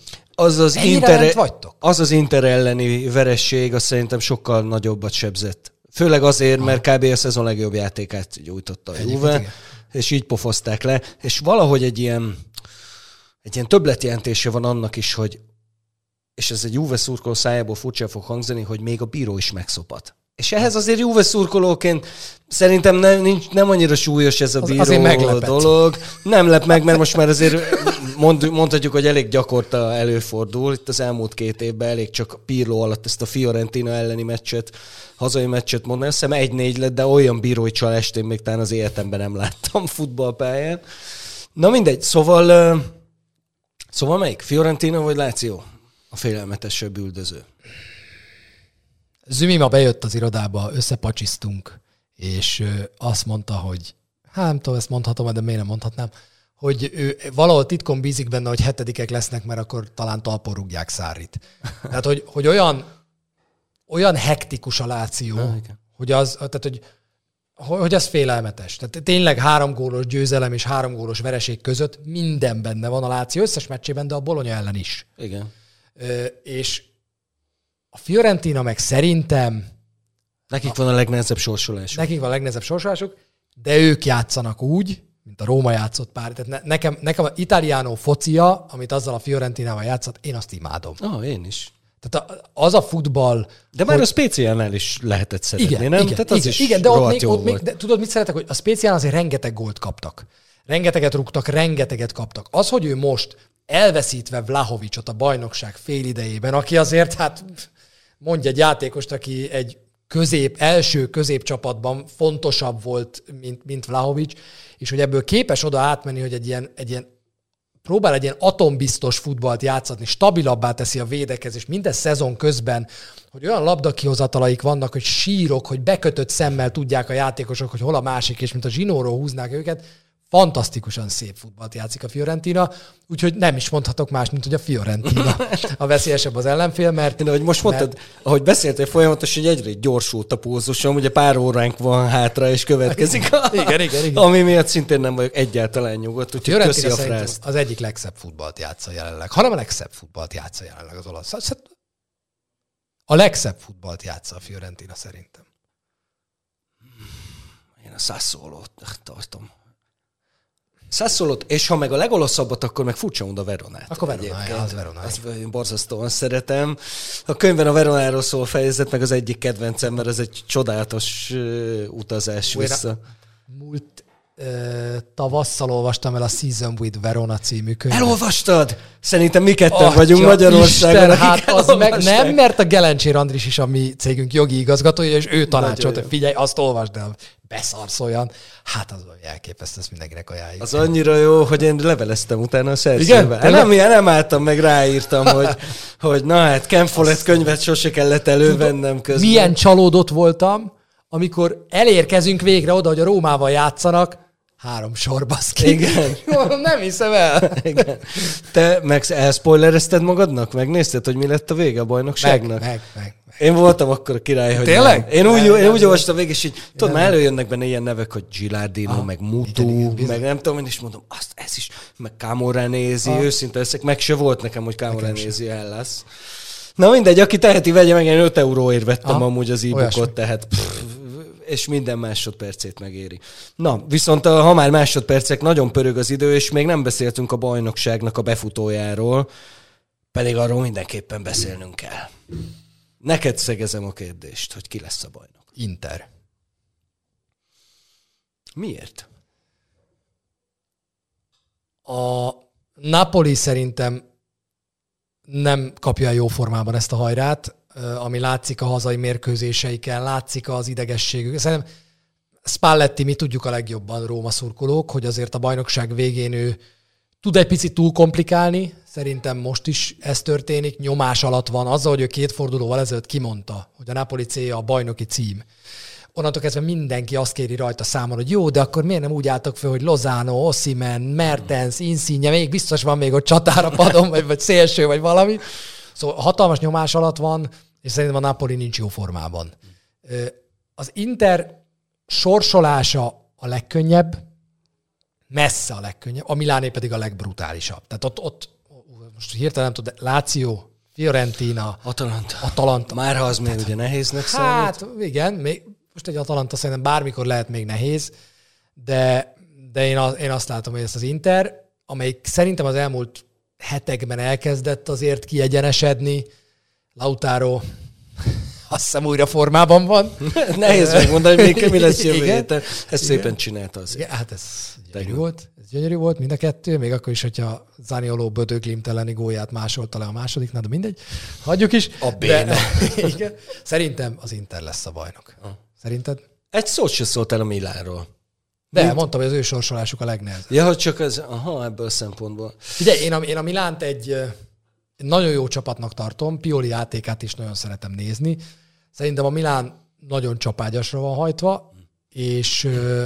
az az, Inter, az az Inter elleni veresség, az szerintem sokkal nagyobbat sebzett. Főleg azért, ha. mert kb. A szezon legjobb játékát gyújtotta a Juve, és így pofozták le. És valahogy egy ilyen, egy ilyen többletjelentése van annak is, hogy, és ez egy Juve szurkoló szájából furcsán fog hangzani, hogy még a bíró is megszopat. És ehhez azért Juve szurkolóként szerintem nem, nincs, nem annyira súlyos ez a bíró dolog. Nem lep meg, mert most már azért mond, mondhatjuk, hogy elég gyakorta előfordul. Itt az elmúlt két évben elég csak Pirlo alatt ezt a Fiorentina elleni meccset, hazai meccset mondani. Azt hiszem egy négy lett, de olyan bírói csalást én még talán az életemben nem láttam futballpályán. Na mindegy, szóval, szóval melyik? Fiorentina vagy Lazio? A félelmetesebb üldöző. Zümi ma bejött az irodába, összepacsisztunk, és azt mondta, hogy hát nem tudom, ezt mondhatom, de miért nem mondhatnám, hogy ő valahol titkon bízik benne, hogy hetedikek lesznek, mert akkor talán talpon rúgják Sarrit. Tehát, hogy, hogy olyan, olyan hektikus a Lazio, ah, hogy az, tehát, hogy, hogy az félelmetes. Tehát tényleg három gólos győzelem és három gólos vereség között minden benne van a Lazio összes meccsében, de a Bologna ellen is. Igen. Ö, és a Fiorentina meg szerintem... Nekik van a legnehezebb sorsolásuk. Nekik van a legnehezebb sorsolásuk, de ők játszanak úgy, mint a Róma játszott pár. Tehát ne, nekem, nekem az Italiano focia, amit azzal a Fiorentinával játszott, én azt imádom. Ah, én is. Tehát az a futball... De már hogy... a Speciálnál is lehetett szeretni, igen, nem? Igen, Tehát az igen, is igen, de ott még, ott még, de tudod, mit szeretek, hogy a Speciálnál azért rengeteg gólt kaptak. Rengeteget rúgtak, rengeteget kaptak. Az, hogy ő most elveszítve Vlahovicsot a bajnokság fél idejében, aki azért, hát mondja egy játékost, aki egy közép, első középcsapatban fontosabb volt, mint, mint Vlahovics, és hogy ebből képes oda átmenni, hogy egy ilyen, egy ilyen próbál egy ilyen atombiztos futballt játszatni, stabilabbá teszi a védekezést minden szezon közben, hogy olyan labdakihozatalaik vannak, hogy sírok, hogy bekötött szemmel tudják a játékosok, hogy hol a másik, és mint a zsinóró húznák őket. Fantasztikusan szép futballt játszik a Fiorentina, úgyhogy nem is mondhatok más, mint hogy a Fiorentina a veszélyesebb az ellenfél, mert... De ahogy most mert... mondtad, ahogy beszéltél folyamatosan, hogy egyre gyorsult a pózusom, ugye pár óránk van hátra, és következik a... igen, igen, igen. Ami miatt szintén nem vagyok egyáltalán nyugodt, úgyhogy köszi a frászt. Az egyik legszebb futballt játsza jelenleg, hanem a legszebb futballt játsza jelenleg az olasz. A legszebb futballt játsza a Fiorentina szerintem. Én a Sassuolót tartom. Sassuolót, és ha meg a legolaszabbat, akkor meg furcsa mond a Veronát. Akkor Veronája, az Veronája. Azt én borzasztóan szeretem. A könyvben a Veronáról szól fejezet, meg az egyik kedvencem, mert ez egy csodálatos uh, utazás Újra vissza. Múlt uh, tavasszal olvastam el a Season with Verona című könyvet. Elolvastad? Szerintem mi ketten Atya, vagyunk Magyarországon. Isten, hát az meg nem, mert a Gelencsér Andris is a mi cégünk jogi igazgatója, és ő tanácsolt, figyelj, azt olvasd el. Beszarsz olyan. Hát az elképesztő, ezt mindenkinek ajánljuk. Az annyira jó, hogy én leveleztem utána a szerzővel. Nem, nem álltam meg, ráírtam, hogy, hogy na hát Ken Follett könyvet sose kellett elővennem közben. Milyen csalódott voltam, amikor elérkezünk végre oda, hogy a Rómával játszanak, három sor, baszki. Igen. Nem hiszem el. Igen. Te meg elspoilerezted magadnak? Megnézted, hogy mi lett a vége a bajnokságnak? Meg, meg, meg. Én voltam akkor a király, hogy tényleg? Nem. Én úgy, én úgy olvastam végig, és így, tudod, már előjönnek benne ilyen nevek, hogy Gilardino, ah, meg Mutu, igen, igen, meg nem tudom, én is mondom, azt, ez is, meg Camoranesi, ah. őszinte leszek, meg se volt nekem, hogy Camoranesi el lesz. Na mindegy, aki teheti, vegye meg, én öt euróért vettem ah, amúgy az e-bookot, tehát pff, és minden másodpercét megéri. Na, viszont ha már másodpercek, nagyon pörög az idő, és még nem beszéltünk a bajnokságnak a befutójáról, pedig arról mindenképpen beszélnünk kell. Neked szegezem a kérdést, hogy ki lesz a bajnok. Inter. Miért? A Napoli szerintem nem kapja jó formában ezt a hajrát, ami látszik a hazai mérkőzéseiken, látszik az idegességük. Szerintem Spalletti, mi tudjuk a legjobban, Róma szurkolók, hogy azért a bajnokság végén ő tud egy picit túl komplikálni, szerintem most is ez történik, nyomás alatt van, azzal, hogy ő két fordulóval ezelőtt kimondta, hogy a Napoli célja a bajnoki cím. Onnantól kezdve mindenki azt kéri rajta számon, hogy jó, de akkor miért nem úgy álltak fel, hogy Lozano, Osimhen, Mertens, Insigne, még biztos van még ott csatára padon, vagy, vagy szélső, vagy valami. Szóval hatalmas nyomás alatt van, és szerintem a Napoli nincs jó formában. Az Inter sorsolása a legkönnyebb, messze a legkönnyebb, a Miláné pedig a legbrutálisabb. Tehát ott, ott most hirtelen nem tudom, Lazio, Fiorentina, Atalanta. Atalanta. Már ha az még ugye nehéznek számít. Hát igen, még, most egy Atalanta szerintem bármikor lehet még nehéz, de, de én, az, én azt látom, hogy ezt az Inter, amelyik szerintem az elmúlt hetekben elkezdett azért kiegyenesedni, Lautaro azt hiszem újra formában van. Nehéz megmondani, hogy még mi lesz jövő héten. Ezt igen. Szépen csinálta azért. Igen, hát ez gyönyörű volt. Ez gyönyörű volt mind a kettő, még akkor is, hogyha Zanioló bödöglimteleni gólját másolta le a másodiknál, de mindegy. Hagyjuk is. A béna. Igen. Szerintem az Inter lesz a bajnok. Ah. Szerinted? Egy szót se szólt el a Milánról. De Mint... mondtam, hogy az ő sorsolásuk a legnehezebb. Ja, hogy csak ez, aha, ebből a szempontból. Figyelj, én a, én a Milánt egy, egy nagyon jó csapatnak tartom, Pioli játékát is nagyon szeretem nézni. Szerintem a Milán nagyon csapágyasra van hajtva, és ö,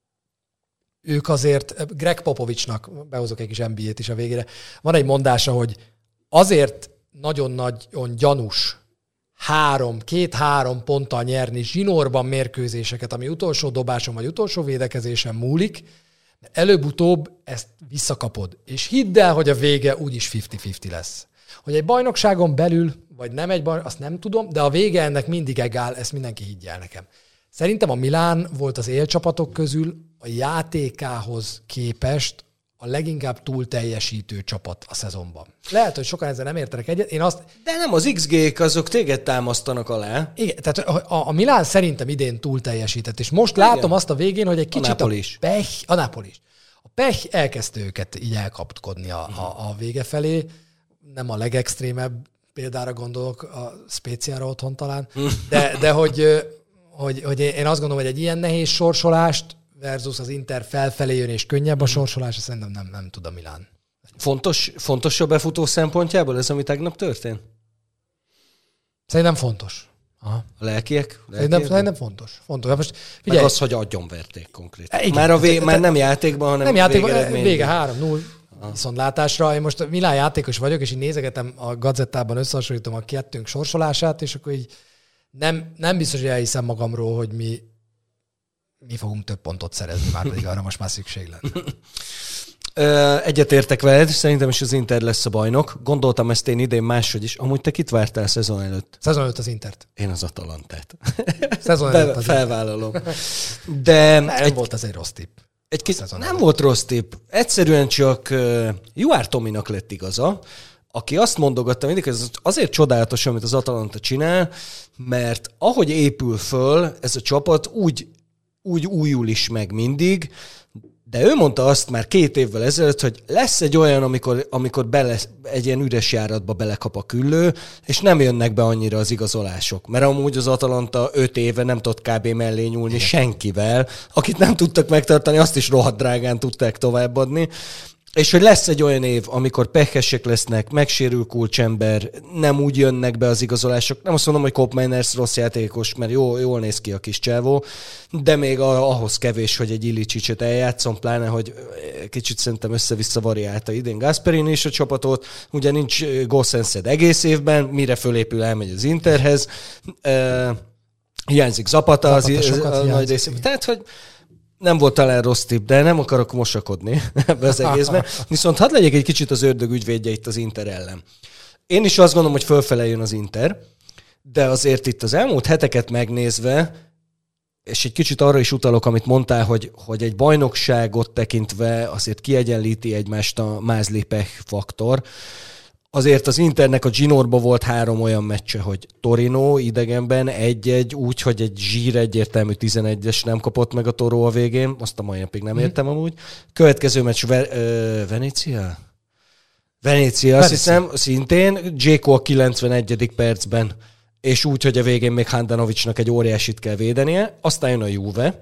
ők azért, Greg Popovicsnak, behozok egy kis en bé á-t is a végére, van egy mondása, hogy azért nagyon-nagyon gyanús három, két-három ponttal nyerni zsinórban mérkőzéseket, ami utolsó dobáson vagy utolsó védekezésen múlik, mert előbb-utóbb ezt visszakapod. És hidd el, hogy a vége úgyis fifty-fifty lesz. Hogy egy bajnokságon belül, vagy nem egy bajnok, azt nem tudom, de a vége ennek mindig egál, ezt mindenki higgye el nekem. Szerintem a Milán volt az élcsapatok közül a játékához képest a leginkább túl teljesítő csapat a szezonban. Lehet, hogy sokan ezzel nem értenek egyet. Én azt... De nem, az iksz gé-k azok téged támasztanak alá. Igen, tehát a, a Milán szerintem idén túl teljesített, és most igen. látom azt a végén, hogy egy kicsit a, Napoli a pech, a Napoli is. A pech elkezdte őket így elkapkodni a, a, a vége felé. Nem a legextrémebb példára gondolok, a Spéciára otthon talán, de, de hogy, hogy, hogy én azt gondolom, hogy egy ilyen nehéz sorsolást versus az Inter felfelé jön és könnyebb a sorsolás, szerintem nem, nem tud a Milán. Fontos, fontos a befutó szempontjából ez, ami tegnap történt? Szerintem fontos. Aha. A lelkiek? Szerintem, szerintem fontos. fontos. Most figyelj, meg az, hogy agyonverték konkrétan. Igen, már, a vé- te, te, már nem játékban, hanem nem játékban, végeredményben. Vége három null. Viszontlátásra. Én most Milán játékos vagyok, és így nézegetem a Gazettában, összehasonlítom a kettőnk sorsolását, és akkor így nem, nem biztos, hogy elhiszem magamról, hogy mi, mi fogunk több pontot szerezni, már pedig arra most már szükség lenne. Egyetértek veled, szerintem is az Inter lesz a bajnok. Gondoltam ezt én idén máshogy is. Amúgy te kit vártál szezon előtt? Szezon előtt az Intert. Én az Atalantát. Szezon előtt az felvállalom. De nem egy, volt ez egy rossz tipp. Egy kis, nem előtt. Volt rossz tipp. Egyszerűen csak uh, Juár Tominak lett igaza, aki azt mondogatta mindig, hogy ez azért csodálatos, amit az Atalanta csinál, mert ahogy épül föl ez a csapat, úgy, úgy újul is meg mindig, de ő mondta azt már két évvel ezelőtt, hogy lesz egy olyan, amikor, amikor bele, egy ilyen üres járatba belekap a küllő, és nem jönnek be annyira az igazolások. Mert amúgy az Atalanta öt éve nem tudott kb. Mellé nyúlni igen. senkivel, akit nem tudtak megtartani, azt is rohadt drágán tudták továbbadni. És hogy lesz egy olyan év, amikor pehesek lesznek, megsérül kulcsember, nem úgy jönnek be az igazolások. Nem azt mondom, hogy Koopmeiners rossz játékos, mert jó, jól néz ki a kis csávó, de még ahhoz kevés, hogy egy Illicicset eljátszom, pláne, hogy kicsit szerintem össze-vissza variálta idén Gasperini is a csapatot. Ugye nincs Gossenszed egész évben, mire fölépül, elmegy az Interhez. Uh, hiányzik Zapata, Zapata az, az, az a nagy részében. Tehát, hogy nem volt talán rossz tipp, de nem akarok mosakodni ebbe az egészben. Viszont hadd legyek egy kicsit az ördög ügyvédje itt az Inter ellen. Én is azt gondolom, hogy fölfele jön az Inter, de azért itt az elmúlt heteket megnézve, és egy kicsit arra is utalok, amit mondtál, hogy, hogy egy bajnokságot tekintve azért kiegyenlíti egymást a Mázli-Pech faktor. Azért az Internek a Ginorban volt három olyan meccse, hogy Torino idegenben egy-egy, úgy, hogy egy zsír egyértelmű tizenegyes nem kapott meg a Toró a végén, azt a mai napig nem értem amúgy. Következő meccs Ve- ö, Venécia? Venécia, azt hiszem, szintén. Dzséko a kilencvenegyedik percben, és úgy, hogy a végén még Handanovicsnak egy óriásit kell védenie. Aztán jön a Juve.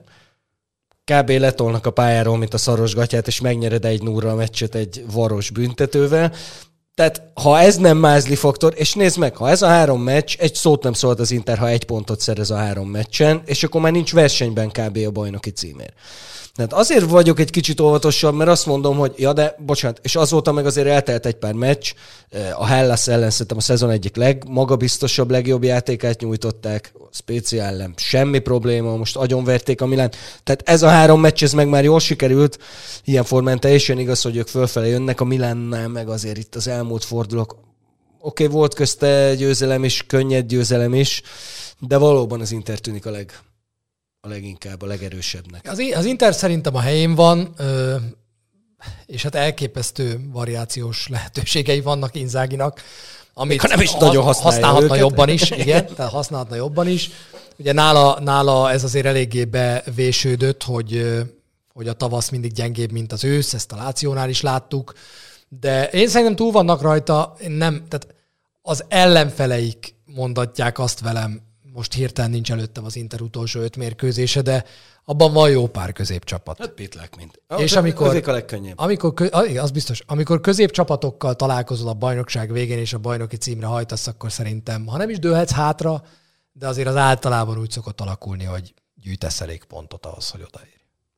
Kb. Letolnak a pályáról, mint a szaros gatyát, és megnyered egy nulla a meccset egy varos büntetővel. Tehát ha ez nem Mázli faktor, és nézd meg, ha ez a három meccs, egy szót nem szólt az Inter, ha egy pontot szerez a három meccsen, és akkor már nincs versenyben kb. A bajnoki címér. Tehát azért vagyok egy kicsit óvatosabb, mert azt mondom, hogy ja, de bocsánat, és azóta meg azért eltelt egy pár meccs, a Hellas ellen szerintem a szezon egyik legmagabiztosabb, legjobb játékát nyújtották, Spezia ellen semmi probléma, most agyonverték a Milánt. Tehát ez a három meccs, ez meg már jól sikerült. Ilyen formán teljesen igaz, hogy ők fölfele jönnek, a Milánnál meg azért itt az elmúlt fordulók. Oké, okay, volt közte győzelem is, könnyed győzelem is, de valóban az Inter tűnik a, leg, a leginkább, a legerősebbnek. Az, az Inter szerintem a helyén van, és hát elképesztő variációs lehetőségei vannak Inzáginak, amit nem is nagyon használhatna őket. jobban is, igen, tehát használhatna jobban is. Ugye nála, nála ez azért eléggé bevésődött, hogy, hogy a tavasz mindig gyengébb, mint az ősz, ezt a Lációnál is láttuk, de én szerintem túl vannak rajta, én nem, tehát az ellenfeleik mondatják azt velem, most hirtelen nincs előttem az Inter utolsó öt mérkőzése, de abban van jó pár középcsapat. Hát pitlák mint. És amikor, a legkönnyebb. Amikor, az biztos, amikor középcsapatokkal találkozol a bajnokság végén, és a bajnoki címre hajtasz, akkor szerintem, ha nem is dőlhetsz hátra, de azért az általában úgy szokott alakulni, hogy gyűjtesz elég pontot ahhoz, hogy odaérj.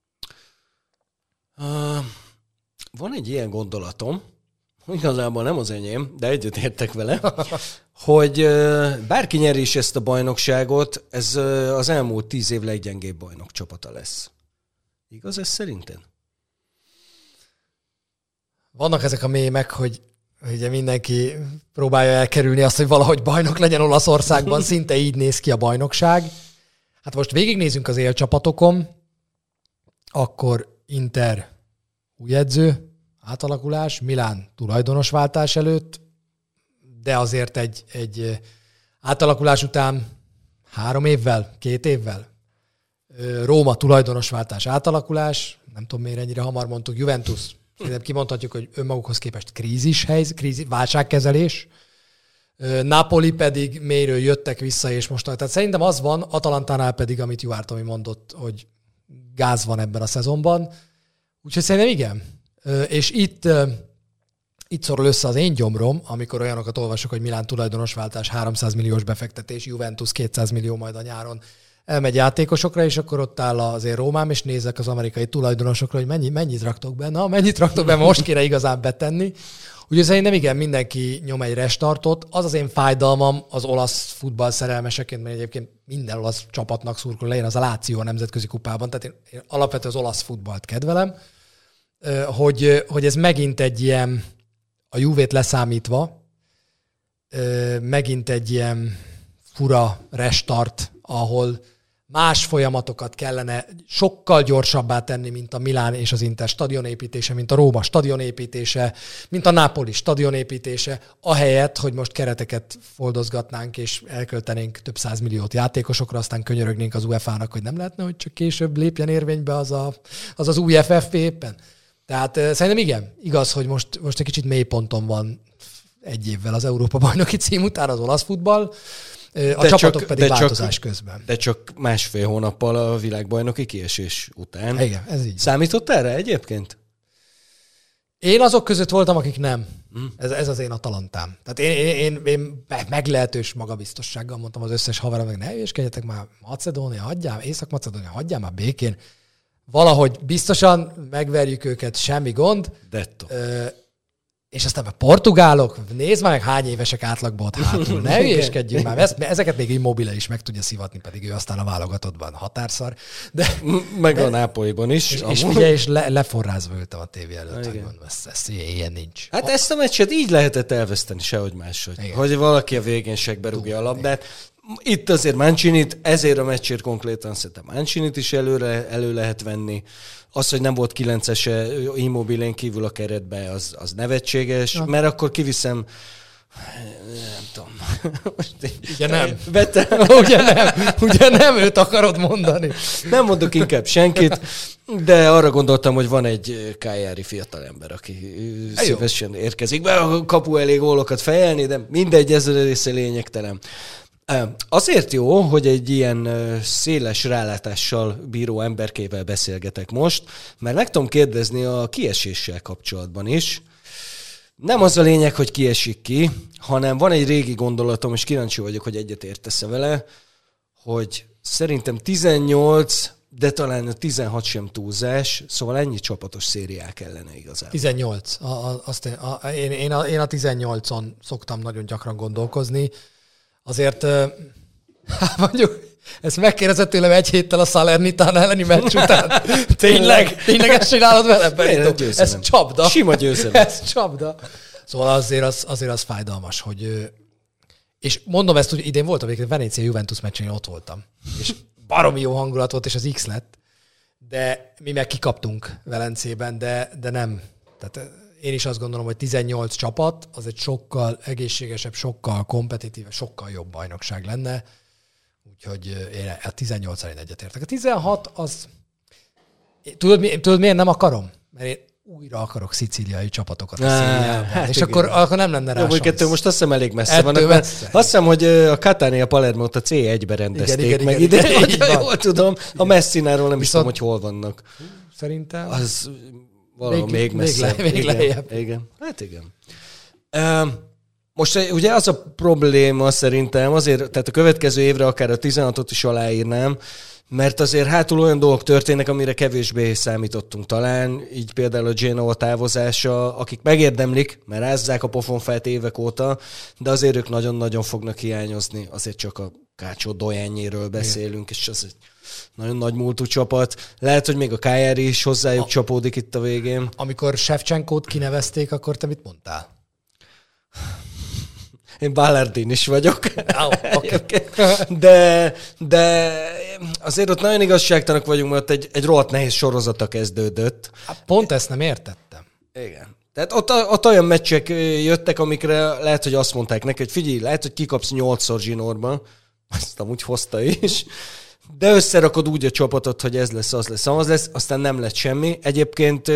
Uh, van egy ilyen gondolatom, igazából nem az enyém, de egyet értek vele, hogy bárki nyeri is ezt a bajnokságot, ez az elmúlt tíz év leggyengébb bajnok csapata lesz. Igaz ez szerinted? Vannak ezek a mémek, hogy ugye mindenki próbálja elkerülni azt, hogy valahogy bajnok legyen Olaszországban, szinte így néz ki a bajnokság. Hát most végignézünk az élcsapatokon, akkor Inter új edző, átalakulás, Milán tulajdonosváltás előtt, de azért egy, egy átalakulás után három évvel, két évvel, Róma tulajdonosváltás, átalakulás, nem tudom miért ennyire hamar mondtuk, Juventus, szerintem kimondhatjuk, hogy önmagukhoz képest krízis helyzet, krízis, válságkezelés, Napoli pedig mélyről jöttek vissza, és most, tehát szerintem az van, Atalantánál pedig, amit Juár Tomi mondott, hogy gáz van ebben a szezonban, úgyhogy szerintem igen. És itt, itt szorul össze az én gyomrom, amikor olyanokat olvasok, hogy Milán tulajdonosváltás, háromszáz milliós befektetés, Juventus kétszáz millió majd a nyáron elmegy játékosokra, és akkor ott áll azért Rómám, és nézek az amerikai tulajdonosokra, hogy mennyi, mennyit raktok be, na, mennyit raktok be, most kéne igazán betenni. Úgyhogy szerintem igen, mindenki nyom egy restartot. Az az én fájdalmam az olasz futball szerelmeseként, mert egyébként minden olasz csapatnak szurkol, legyen az a Láció a nemzetközi kupában, tehát én, én alapvetően az olasz futballt kedvelem, hogy, hogy ez megint egy ilyen, a Juvét leszámítva, megint egy ilyen fura restart, ahol más folyamatokat kellene sokkal gyorsabbá tenni, mint a Milán és az Inter stadionépítése, mint a Róma stadionépítése, mint a Napoli stadionépítése, ahelyett, hogy most kereteket foldozgatnánk és elköltenénk több százmilliót játékosokra, aztán könyörögnénk az u e fá-nak, hogy nem lehetne, hogy csak később lépjen érvénybe az a, az, az új ef ef pé éppen. Tehát szerintem igen, igaz, hogy most, most egy kicsit mélyponton van egy évvel az Európa-bajnoki cím után az olasz futball, a de csapatok csak, pedig változás csak, közben. De csak másfél hónappal a világbajnoki kiesés után. Igen, ez így. Számított erre egyébként? Én azok között voltam, akik nem. Hmm. Ez, ez az én Atalantám. Tehát én, én, én, én meglehetős magabiztossággal mondtam az összes haverom, meg ne hülyeskedjetek már, Macedónia, hagyjál, Észak-Macedónia, hagyjál már békén. Valahogy biztosan megverjük őket, semmi gond. Detto. Ö, és aztán a portugálok, nézd már meg, hány évesek átlagban ott hátul. Ne hülyéskedjünk már. Ezt, ezeket még Immobile is meg tudja szivatni, pedig ő aztán a válogatottban határszar. De, meg de, a Nápolyban is. És, és figyelj, és le, leforrázva ültem a tévé előtt, hogy mondom, ez, ez ilyen nincs. Hát ezt a meccset így lehetett elveszteni, sehogy máshogy. Igen. Hogy valaki a végén segbe rúgja a labdát. Itt azért Mancinit, ezért a meccsért konkrétan szerintem Mancinit is előre, elő lehet venni. Az, hogy nem volt kilencese Immobilén kívül a keretbe, az, az nevetséges, ja. Mert akkor kiviszem, nem tudom. Ugye nem. Bete... ugye nem. Ugye nem őt akarod mondani. Nem mondok inkább senkit, de arra gondoltam, hogy van egy kájári fiatalember, aki szívesen érkezik be a kapu elé gólokat fejelni, de mindegy, ez a része lényegtelen. Azért jó, hogy egy ilyen széles rálátással bíró emberkével beszélgetek most, mert meg tudom kérdezni a kieséssel kapcsolatban is. Nem az a lényeg, hogy kiesik ki, hanem van egy régi gondolatom, és kíváncsi vagyok, hogy egyet értesz-e vele, hogy szerintem tizennyolc, de talán a tizenhat sem túlzás, szóval ennyi csapatos szériák kellene igazából. tizennyolc. A, a, azt én, a, én, én, a, én a tizennyolcon szoktam nagyon gyakran gondolkozni. Azért Hát mondjuk, ezt megkérdezett tőlem egy héttel a Salernitán elleni meccs után. Tényleg? Tényleg ezt csinálod vele, Benito? Ez csapda. Sima győzelem. Ez csapda. Szóval azért az, azért az fájdalmas, hogy... És mondom ezt, hogy idén voltam, hogy Venécia Juventus meccsén ott voltam. És baromi jó hangulat volt, és az X lett. De mi meg kikaptunk Velencében, de, de nem. Tehát én is azt gondolom, hogy tizennyolc csapat, az egy sokkal egészségesebb, sokkal kompetitívebb, sokkal jobb bajnokság lenne. Úgyhogy én a tizennyolccal én egyetértek. A tizenhat az... Tudod, mi, tudod miért nem akarom? Mert én újra akarok szicíliai csapatokat a Szériában. Hát és akkor, akkor nem lenne rá jó, szansz. Most azt hiszem elég messze van. Azt hiszem, hogy a Catania Palermót a cé egybe rendezték igen, meg igen, ide. Igen, igen, jól tudom, a Messináról nem is tudom, hogy hol vannak. Szerintem... Az valahol még, még messzebb. Még, még igen, lejjebb. Igen. Hát igen. Um, Most ugye az a probléma szerintem azért, tehát a következő évre akár a tizenhatot is aláírnám, mert azért hátul olyan dolgok történnek, amire kevésbé számítottunk talán, így például a Genoa távozása, akik megérdemlik, mert rázzák a pofonfát évek óta, de azért ők nagyon-nagyon fognak hiányozni, azért csak a Kácsó Dojánnyéről beszélünk, és az egy nagyon nagy múltú csapat. Lehet, hogy még a Cagliari is hozzájuk a... csapódik itt a végén. Amikor Shevchenkót kinevezték, akkor te mit mondtál? Én Ballardin is vagyok. Oh, okay. de, de azért ott nagyon igazságtanak vagyunk, mert egy, egy rohadt nehéz sorozata kezdődött. Pont ezt nem értettem. Igen. Tehát ott, ott olyan meccsek jöttek, amikre lehet, hogy azt mondták neki, hogy figyelj, lehet, hogy kikapsz nyolcszor zsinórba, azt amúgy hozta is, de összerakod úgy a csapatot, hogy ez lesz, az lesz, az lesz, aztán nem lett semmi. Egyébként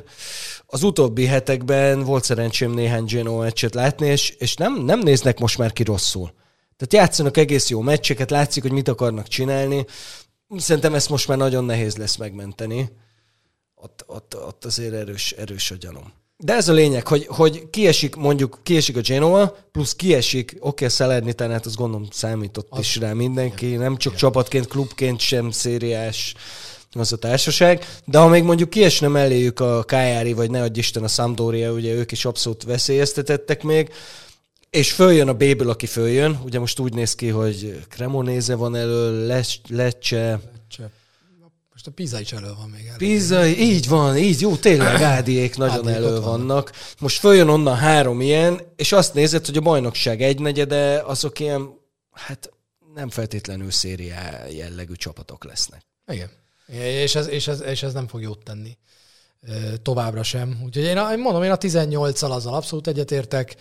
az utóbbi hetekben volt szerencsém néhány Genoa meccset látni, és, és nem, nem néznek most már ki rosszul. Tehát játszanak egész jó meccseket, látszik, hogy mit akarnak csinálni. Szerintem ezt most már nagyon nehéz lesz megmenteni. Ott, ott, ott azért erős, erős a gyanúm. De ez a lényeg, hogy, hogy kiesik, mondjuk kiesik a Genoa, plusz kiesik, oké, okay, a Salernitán, hát azt gondolom számított az is rá mindenki, igen, nem csak igen. csapatként, klubként sem szériás az a társaság, de ha még mondjuk kiesne melléjük a Cagliari, vagy ne adj Isten a Sampdoria, ugye ők is abszolút veszélyeztetettek még, és följön a B-ből, aki följön, ugye most úgy néz ki, hogy Cremonese van elől, Lecce, most a Pisa is elő van még. Pisa, így van, így, jó, tényleg Ádiék nagyon elő vannak. Most följön onnan három ilyen, és azt nézed, hogy a bajnokság egynegyede, azok ilyen, hát nem feltétlenül szériá jellegű csapatok lesznek. Igen. És ez, és, ez, és ez nem fog jót tenni továbbra sem. Úgyhogy én, én mondom, én a tizennyolccal azzal abszolút egyetértek.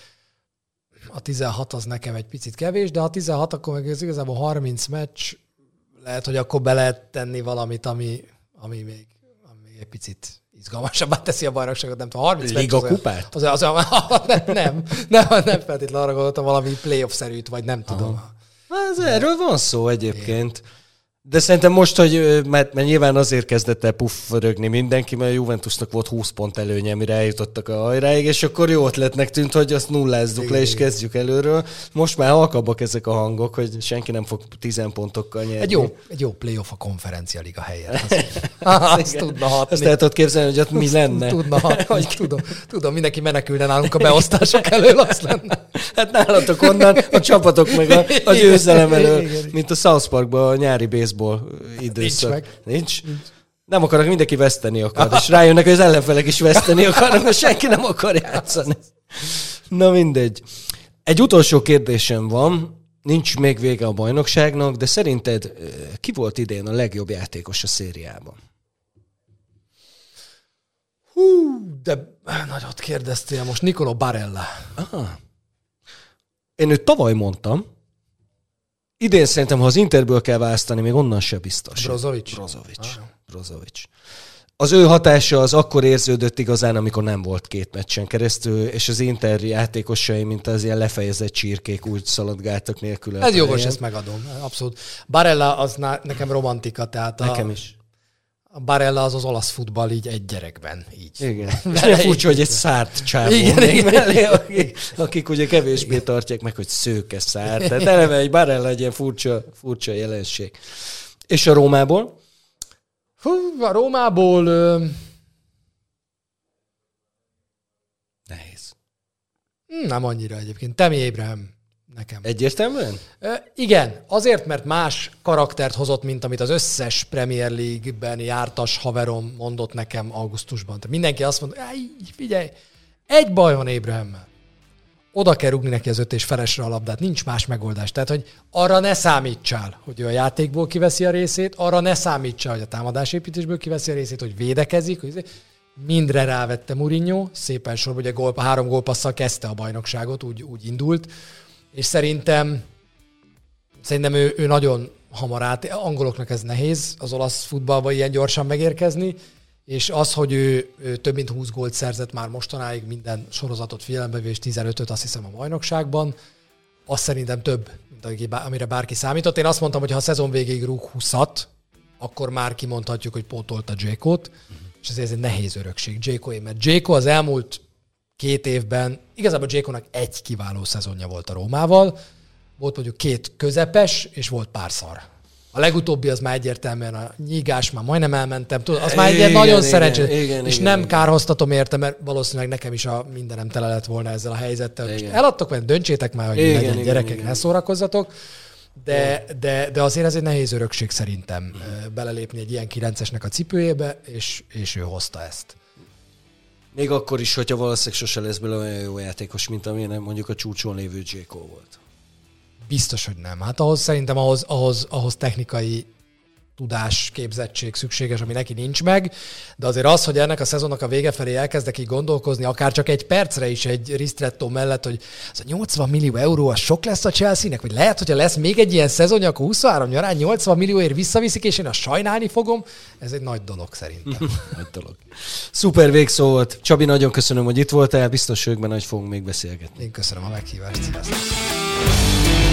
A tizenhat az nekem egy picit kevés, de a tizenhat akkor meg ez igazából harminc meccs, lehet, hogy akkor be lehet tenni valamit, ami, ami, még, ami még egy picit izgalmasabbá teszi a bajnokságot, nem tudom, harminc Liga kupát? Az, az, az, az, nem, nem, nem, nem feltétlenül arra gondoltam, valami playoff-szerűt, vagy nem tudom. Ez erről van szó egyébként. De szerintem most, hogy mert, mert nyilván azért kezdett el pufförögni mindenki, mert a Juventusnak volt húsz pont előnye, mire eljutottak a hajráig, és akkor jó ötletnek tűnt, hogy azt nullázzuk le, és kezdjük előről. Most már halkabbak ezek a hangok, hogy senki nem fog tíz pontokkal nyerni. Egy jó, egy jó playoff a konferencialiga helyett. Azt, azt tudna hatni. Azt el tudod képzelni, hogy ott mi lenne. Tudna hatni. Hogy... Tudom, tudom, mindenki menekülne nálunk a beosztások elől, azt lenne. Hát nálatok onnan a csapatok meg a, a győzelem elől, mint a South Parkban a nyári baseball időszak. Nincs meg. Nincs? Nincs. Nem akarnak, mindenki veszteni akar, és rájönnek, hogy az ellenfelek is veszteni akarnak, mert senki nem akar játszani. Na mindegy. Egy utolsó kérdésem van, nincs még vége a bajnokságnak, de szerinted ki volt idén a legjobb játékos a szériában? Hú, de nagyot kérdeztél most. Niccolò Barella. Aha. Én őt tavaly mondtam. Idén szerintem, ha az Interből kell választani, még onnan se biztos. Brozovic? Brozovic. Ah. Brozovic. Az ő hatása az akkor érződött igazán, amikor nem volt két meccsen keresztül, és az Inter játékosai, mint az ilyen lefejezett csirkék úgy szaladgáltak nélkül. Ez jogos, ezt megadom. Abszolút. Barella az nekem romantika, tehát a... Nekem is. A Barella az az olasz futball így egy gyerekben. Így. Igen. És nem furcsa, hogy egy szárt csávó. Igen, igen. Mellé, akik, akik ugye kevésbé igen. tartják meg, hogy szőke szár. Tehát eleve egy Barella egy ilyen furcsa, furcsa jelenség. És a Rómából? Hú, a Rómából... Ö... Nehéz. Nem annyira egyébként. Tammy Abraham nekem. Egyértelműen? E, igen, azért, mert más karaktert hozott, mint amit az összes Premier League-ben jártas haverom mondott nekem augusztusban. Tehát mindenki azt mondta, figyelj, egy baj van Abraham-mel. Oda kell rúgni neki az öt és felesre a labdát, nincs más megoldás. Tehát, hogy arra ne számítsál, hogy ő a játékból kiveszi a részét, arra ne számítsál, hogy a támadásépítésből kiveszi a részét, hogy védekezik, hogy mindre rávette Mourinho, szépen sorban, ugye gól, három gólpasszal kezdte a bajnokságot, úgy, úgy indult, és szerintem, szerintem ő, ő nagyon hamar át, angoloknak ez nehéz, az olasz futballban ilyen gyorsan megérkezni, és az, hogy ő, ő több mint húsz gólt szerzett már mostanáig, minden sorozatot figyelembe és tizenötöt azt hiszem a bajnokságban, az szerintem több, mint amire bárki számított. Én azt mondtam, hogy ha a szezon végéig rúg húszat, akkor már kimondhatjuk, hogy pótolta Dzsékót, uh-huh. és ezért ez egy nehéz örökség Dzsékóé, mert Dzsékó az elmúlt két évben, igazából Dzsékónak egy kiváló szezonja volt a Rómával, volt mondjuk két közepes, és volt pár szar. A legutóbbi az már egyértelműen a nyígás, már majdnem elmentem, tudod, az már egy ilyen nagyon szerencsés, és igen, nem igen. kárhoztatom érte, mert valószínűleg nekem is a mindenem tele lett volna ezzel a helyzettel. Most eladtok, mert döntsétek már, hogy igen, legyen, igen, gyerekek, igen. ne szórakozzatok, de, de, de azért ez egy nehéz örökség szerintem hmm. belelépni egy ilyen kilencesnek a cipőjébe, és, és ő hozta ezt. Még akkor is, hogyha valószínűleg sose lesz belőle olyan jó játékos, mint amilyen mondjuk a csúcson lévő Dzsékó volt. Biztos, hogy nem. Hát ahhoz szerintem ahhoz, ahhoz, ahhoz technikai tudás, képzettség szükséges, ami neki nincs meg, de azért az, hogy ennek a szezonnak a vége felé elkezdek így gondolkozni, akár csak egy percre is egy Ristretto mellett, hogy az a nyolcvan millió euró az sok lesz a Chelsea-nek, vagy lehet, hogyha lesz még egy ilyen szezonja, akkor huszonhárom nyarán nyolcvan millióért visszaviszik, és én azt sajnálni fogom. Ez egy nagy dolog szerintem. Nagy dolog. Szuper végszó volt. Csabi, nagyon köszönöm, hogy itt voltál, biztos vagyok benne, hogy fogunk még beszélgetni. Én köszönöm a meghívást. Sziasztok.